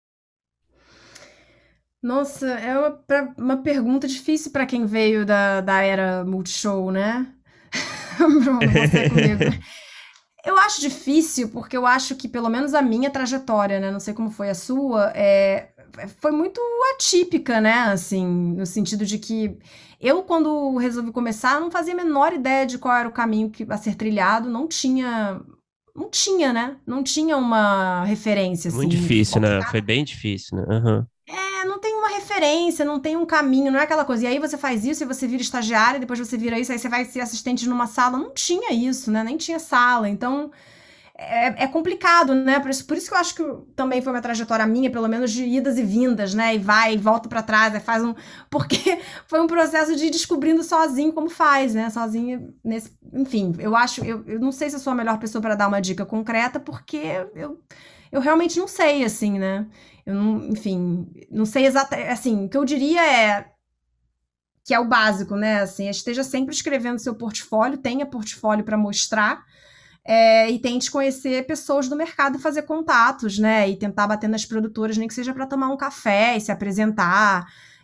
Nossa, é uma, pra- uma pergunta difícil pra quem veio da, da era Multishow, né? Bruno, você comigo. Eu acho difícil, porque eu acho que, pelo menos a minha trajetória, né? Não sei como foi a sua, é, foi muito atípica, né? Assim, no sentido de que eu, quando resolvi começar, não fazia a menor ideia de qual era o caminho que, a ser trilhado, não tinha. Não tinha, né? Não tinha uma referência, Muito assim, difícil, né? focada. Foi bem difícil, né? Aham. É, não tem uma referência, não tem um caminho, não é aquela coisa. E aí você faz isso, e você vira estagiária, depois você vira isso, aí você vai ser assistente numa sala. Não tinha isso, né? Nem tinha sala. Então, é, é complicado, né? Por isso, por isso que eu acho que também foi uma trajetória minha, pelo menos de idas e vindas, né? E vai, e volta pra trás, aí faz um. Porque foi um processo de ir descobrindo sozinho como faz, né? Sozinho nesse. Enfim, eu acho. Eu, eu não sei se eu sou a melhor pessoa para dar uma dica concreta, porque eu, eu realmente não sei, assim, né? Eu não, enfim, não sei exatamente. Assim, o que eu diria é que é o básico, né? Assim, esteja sempre escrevendo seu portfólio, tenha portfólio para mostrar é, e tente conhecer pessoas do mercado e fazer contatos, né? E tentar bater nas produtoras, nem que seja para tomar um café e se apresentar.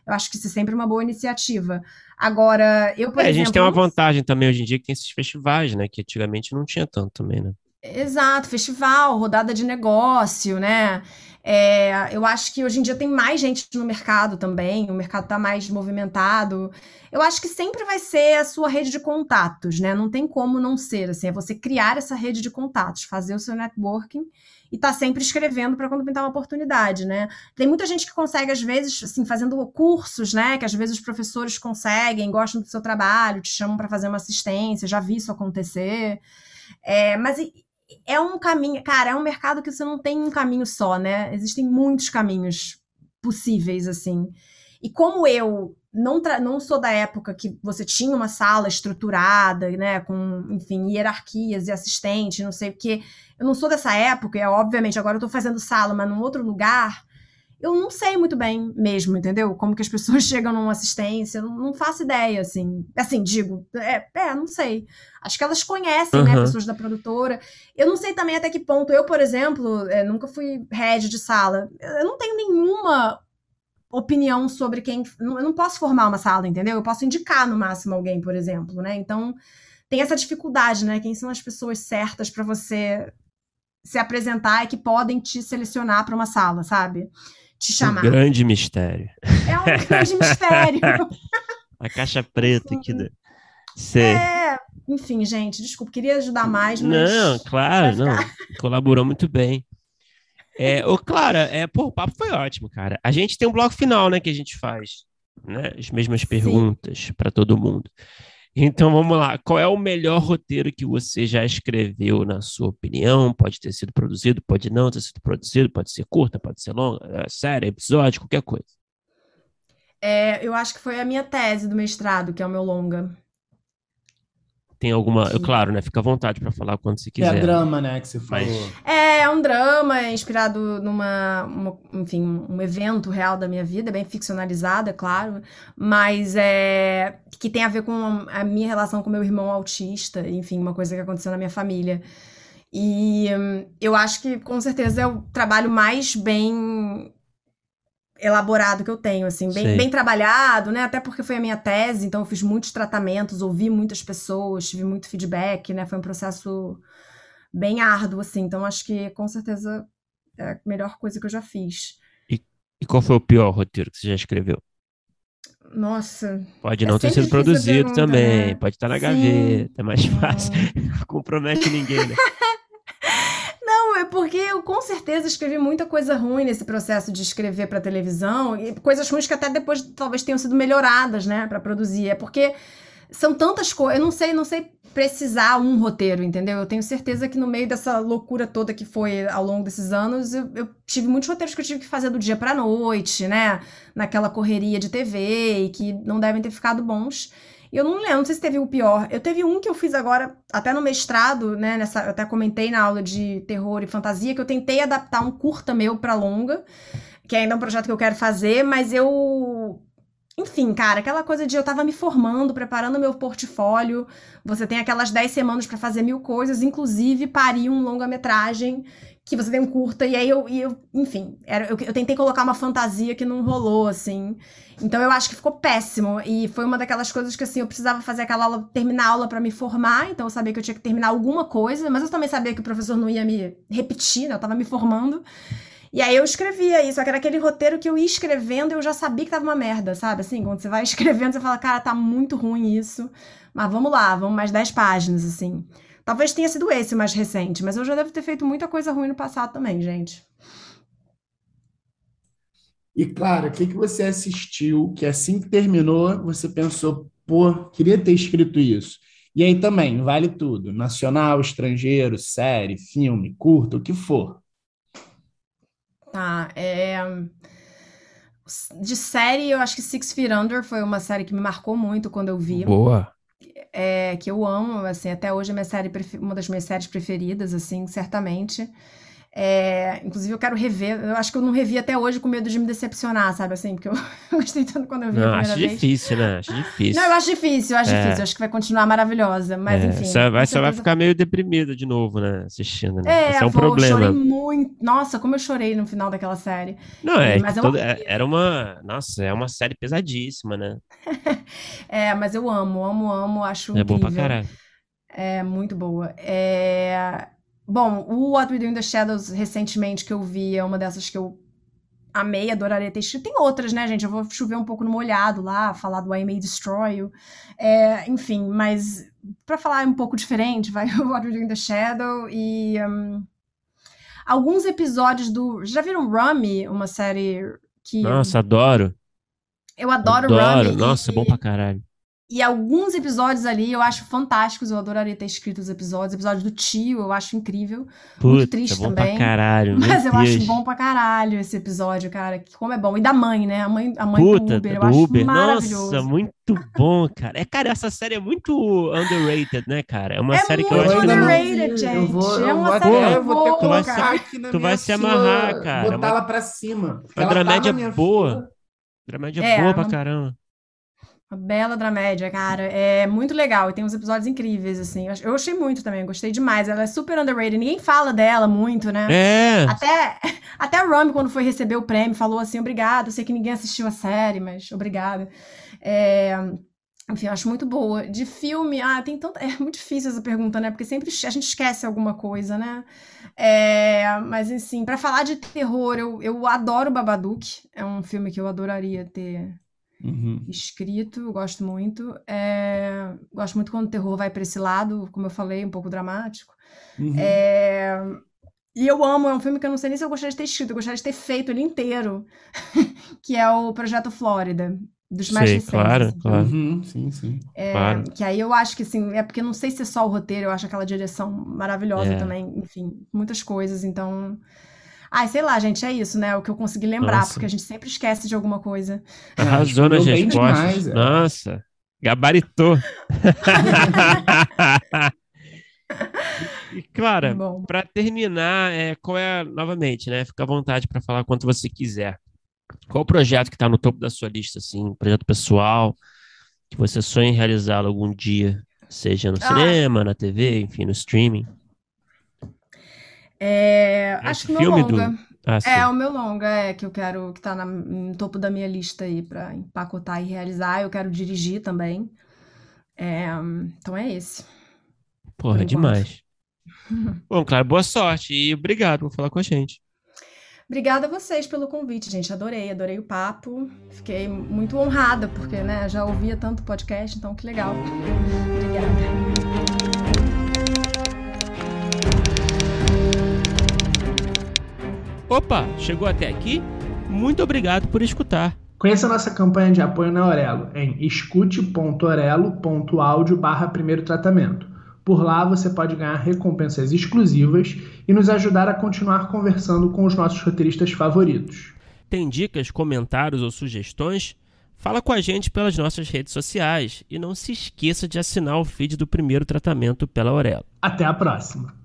Eu acho que isso é sempre uma boa iniciativa. Agora, eu, por É, a gente tem exemplo, uma não. vantagem também hoje em dia que tem esses festivais, né? Que antigamente não tinha tanto também, né? Exato, festival, rodada de negócio, né? É, eu acho que hoje em dia tem mais gente no mercado também, o mercado está mais movimentado. Eu acho que sempre vai ser a sua rede de contatos, né? Não tem como não ser, assim, é você criar essa rede de contatos, fazer o seu networking e tá sempre escrevendo para quando pintar uma oportunidade, né? Tem muita gente que consegue, às vezes, assim, fazendo cursos, né? Que às vezes os professores conseguem, gostam do seu trabalho, te chamam para fazer uma assistência, já vi isso acontecer. É, mas é um caminho, cara, é um mercado que você não tem um caminho só, né? Existem muitos caminhos possíveis, assim. E como eu não, não sou da época que você tinha uma sala estruturada, né, com, enfim, hierarquias e assistente, não sei o quê. Eu não sou dessa época, e obviamente agora eu tô fazendo sala, mas num outro lugar. Eu não sei muito bem mesmo, entendeu? Como que as pessoas chegam numa assistência, eu não, não faço ideia, assim. Assim, digo, é, é, não sei. Acho que elas conhecem, né, Aham. pessoas da produtora. Eu não sei também até que ponto. Eu, por exemplo, é, nunca fui head de sala. Eu não tenho nenhuma opinião sobre quem. Eu não posso formar uma sala, entendeu? Eu posso indicar no máximo alguém, por exemplo, né? Então tem essa dificuldade, né? Quem são as pessoas certas para você se apresentar e que podem te selecionar para uma sala, sabe? Te Um chamar. grande mistério. É um grande mistério. A caixa preta aqui da... Enfim, Sei. é, enfim, gente, desculpa, queria ajudar mais, Não, mas vai claro, ficar. não. Colaborou muito bem. É, ô, Clara, é, pô, o papo foi ótimo, cara. A gente tem um bloco final, né, que a gente faz, né? As mesmas Sim. perguntas para todo mundo. Então vamos lá. Qual é o melhor roteiro que você já escreveu, na sua opinião? Pode ter sido produzido, pode não ter sido produzido, pode ser curta, pode ser longa, é, série, episódio, qualquer coisa. É, eu acho que foi a minha tese do mestrado, que é o meu longa. Tem alguma, eu, Que claro, né? Fica à vontade para falar quando você É a quiser, drama, né, que você mas falou. é, é um drama é inspirado numa, uma- enfim, um evento real da minha vida, bem ficcionalizado, é claro, mas é que tem a ver com a minha relação com meu irmão autista, enfim, uma coisa que aconteceu na minha família. E hum, eu acho que com certeza é o trabalho mais bem elaborado que eu tenho, assim, bem, bem sei. trabalhado, né? Até porque foi a minha tese, então eu fiz muitos tratamentos, ouvi muitas pessoas, tive muito feedback, né? Foi um processo bem árduo, assim. Então acho que com certeza é a melhor coisa que eu já fiz. E, e qual foi o pior roteiro que você já escreveu? Nossa, Pode é não ter sempre sido difícil a produzido pergunta, também, né? pode estar na Sim. gaveta, é mais fácil. Hum. Não compromete ninguém, né? Não, é porque eu com certeza escrevi muita coisa ruim nesse processo de escrever para televisão, e coisas ruins que até depois talvez tenham sido melhoradas, né, para produzir. É porque são tantas coisas, eu não sei, não sei precisar um roteiro, entendeu? Eu tenho certeza que no meio dessa loucura toda que foi ao longo desses anos, eu, eu tive muitos roteiros que eu tive que fazer do dia pra noite, né? Naquela correria de T V e que não devem ter ficado bons. E eu não lembro, não sei se teve o pior. Eu teve um que eu fiz agora, até no mestrado, né? Nessa, eu até comentei na aula de terror e fantasia, que eu tentei adaptar um curta meu pra longa, que ainda é um projeto que eu quero fazer, mas eu enfim, cara, aquela coisa de eu tava me formando, preparando meu portfólio. Você tem aquelas dez semanas pra fazer mil coisas, inclusive parir um longa-metragem que você tem um curta, e aí eu, e eu enfim, era, eu, eu tentei colocar uma fantasia que não rolou, assim. Então eu acho que ficou péssimo. E foi uma daquelas coisas que, assim, eu precisava fazer aquela aula, terminar a aula pra me formar, então eu sabia que eu tinha que terminar alguma coisa, mas eu também sabia que o professor não ia me repetir, né? Eu tava me formando. E aí eu escrevia isso, só que era aquele roteiro que eu ia escrevendo e eu já sabia que tava uma merda, sabe? Assim, quando você vai escrevendo, você fala, cara, tá muito ruim isso, mas vamos lá, vamos mais dez páginas, assim. Talvez tenha sido esse o mais recente, mas eu já devo ter feito muita coisa ruim no passado também, gente. E, claro, o que que você assistiu que assim que terminou, você pensou, pô, queria ter escrito isso. E aí também, vale tudo, nacional, estrangeiro, série, filme, curto, o que for. Tá, é... De série, eu acho que Six Feet Under foi uma série que me marcou muito quando eu vi. Boa. É, que eu amo, assim, até hoje é minha série prefe- uma das minhas séries preferidas, assim, certamente. É, inclusive, eu quero rever. Eu acho que eu não revi até hoje com medo de me decepcionar, sabe? Assim, porque eu gostei tanto quando eu vi Não, a acho primeira vez. difícil, né? Acho difícil. Não, eu acho difícil, eu acho É. difícil. Eu acho que vai continuar maravilhosa. Mas, É, enfim. Você vai, com você vai certeza- ficar meio deprimida de novo, né? Assistindo, né? É, Esse é um vou, chorei problema. muito. Nossa, como eu chorei no final daquela série. Não, é Mas que é uma toda, é- era uma. Nossa, é uma série pesadíssima, né? É, mas eu amo, amo, amo, acho É boa pra incrível. caralho. É muito boa. É... Bom, o What We Do in the Shadows, recentemente, que eu vi, é uma dessas que eu amei, adoraria ter escrito. Tem outras, né, gente? Eu vou chover um pouco no molhado lá, falar do I May Destroy You. É, enfim, mas pra falar um pouco diferente, vai o What We Do in the Shadow e... hum, alguns episódios do... Já viram Rummy? Uma série que... Nossa, adoro. Eu adoro Adoro. Rummy Nossa, e... bom pra caralho. E alguns episódios ali eu acho fantásticos, eu adoraria ter escrito os episódios. O episódio do tio eu acho incrível. Muito Puta, triste bom também. pra caralho. Meu Mas eu acho Deus. bom pra caralho esse episódio, cara. que Como é bom. E da mãe, né? A mãe, a mãe Puta, do Uber, eu do acho Uber. maravilhoso. Nossa, muito bom, cara. É, cara, essa série é muito underrated, né, cara? É uma É série que eu muito acho que ainda não não... underrated, vi. gente. Eu vou, É eu uma vou série até, eu vou ter que boa, Tu vai se- colocar cara. aqui na tu minha vai se fila, amarrar, cara. É botá-la uma- pra cima. Porque Uma ela tá dramédia na minha boa. fila. Dramédia É, boa pra uma- caramba. Uma bela dramédia, cara. É muito legal. E tem uns episódios incríveis, assim. Eu ach- Eu achei muito também, gostei demais. Ela é super underrated. Ninguém fala dela muito, né? É, Até, até a Rami, quando foi receber o prêmio, falou assim: obrigado. Eu sei que ninguém assistiu a série, mas obrigada. É, enfim, eu acho muito boa. De filme, ah, tem tanta. É muito difícil essa pergunta, né? Porque sempre a gente esquece alguma coisa, né? É, mas, assim, pra falar de terror, eu, eu adoro Babadook. É um filme que eu adoraria ter Uhum. escrito, eu gosto muito. É, gosto muito quando o terror vai pra esse lado, como eu falei, um pouco dramático. Uhum. É, e eu amo, é um filme que eu não sei nem se eu gostaria de ter escrito, eu gostaria de ter feito ele inteiro, que é o Projeto Flórida, dos mais sei, recentes. claro, assim. claro, Uhum, sim, sim. É, claro. que aí eu acho que, assim, é porque não sei se é só o roteiro, eu acho aquela direção maravilhosa É. também, enfim, muitas coisas, então... Ai, sei lá, gente, é isso, né? O que eu consegui lembrar, Nossa. porque a gente sempre esquece de alguma coisa. Arrasou nas Escolheu bem respostas. demais, é. Nossa, gabaritou. E, Clara, Bom. para terminar, é, qual é, novamente, né? Fica à vontade para falar quanto você quiser. Qual o projeto que está no topo da sua lista, assim, projeto pessoal, que você sonha em realizá-lo algum dia, seja no Ah. cinema, na T V, enfim, no streaming? É, Esse acho que o meu filme do- longa. Ah, sim. É, o meu longa é que eu quero, que tá na- no topo da minha lista aí pra empacotar e realizar. Eu quero dirigir também. É, então é esse. Porra, por enquanto. demais. Bom, claro, boa sorte e obrigado por falar com a gente. Obrigada a vocês pelo convite, gente. Adorei, adorei o papo. Fiquei muito honrada, porque, né, já ouvia tanto podcast, então que legal. Obrigada. Opa, chegou até aqui? Muito obrigado por escutar. Conheça a nossa campanha de apoio na Orelo em escute.orelo.audio barra primeiro tratamento. Por lá você pode ganhar recompensas exclusivas e nos ajudar a continuar conversando com os nossos roteiristas favoritos. Tem dicas, comentários ou sugestões? Fala com a gente pelas nossas redes sociais e não se esqueça de assinar o feed do Primeiro Tratamento pela Orelo. Até a próxima!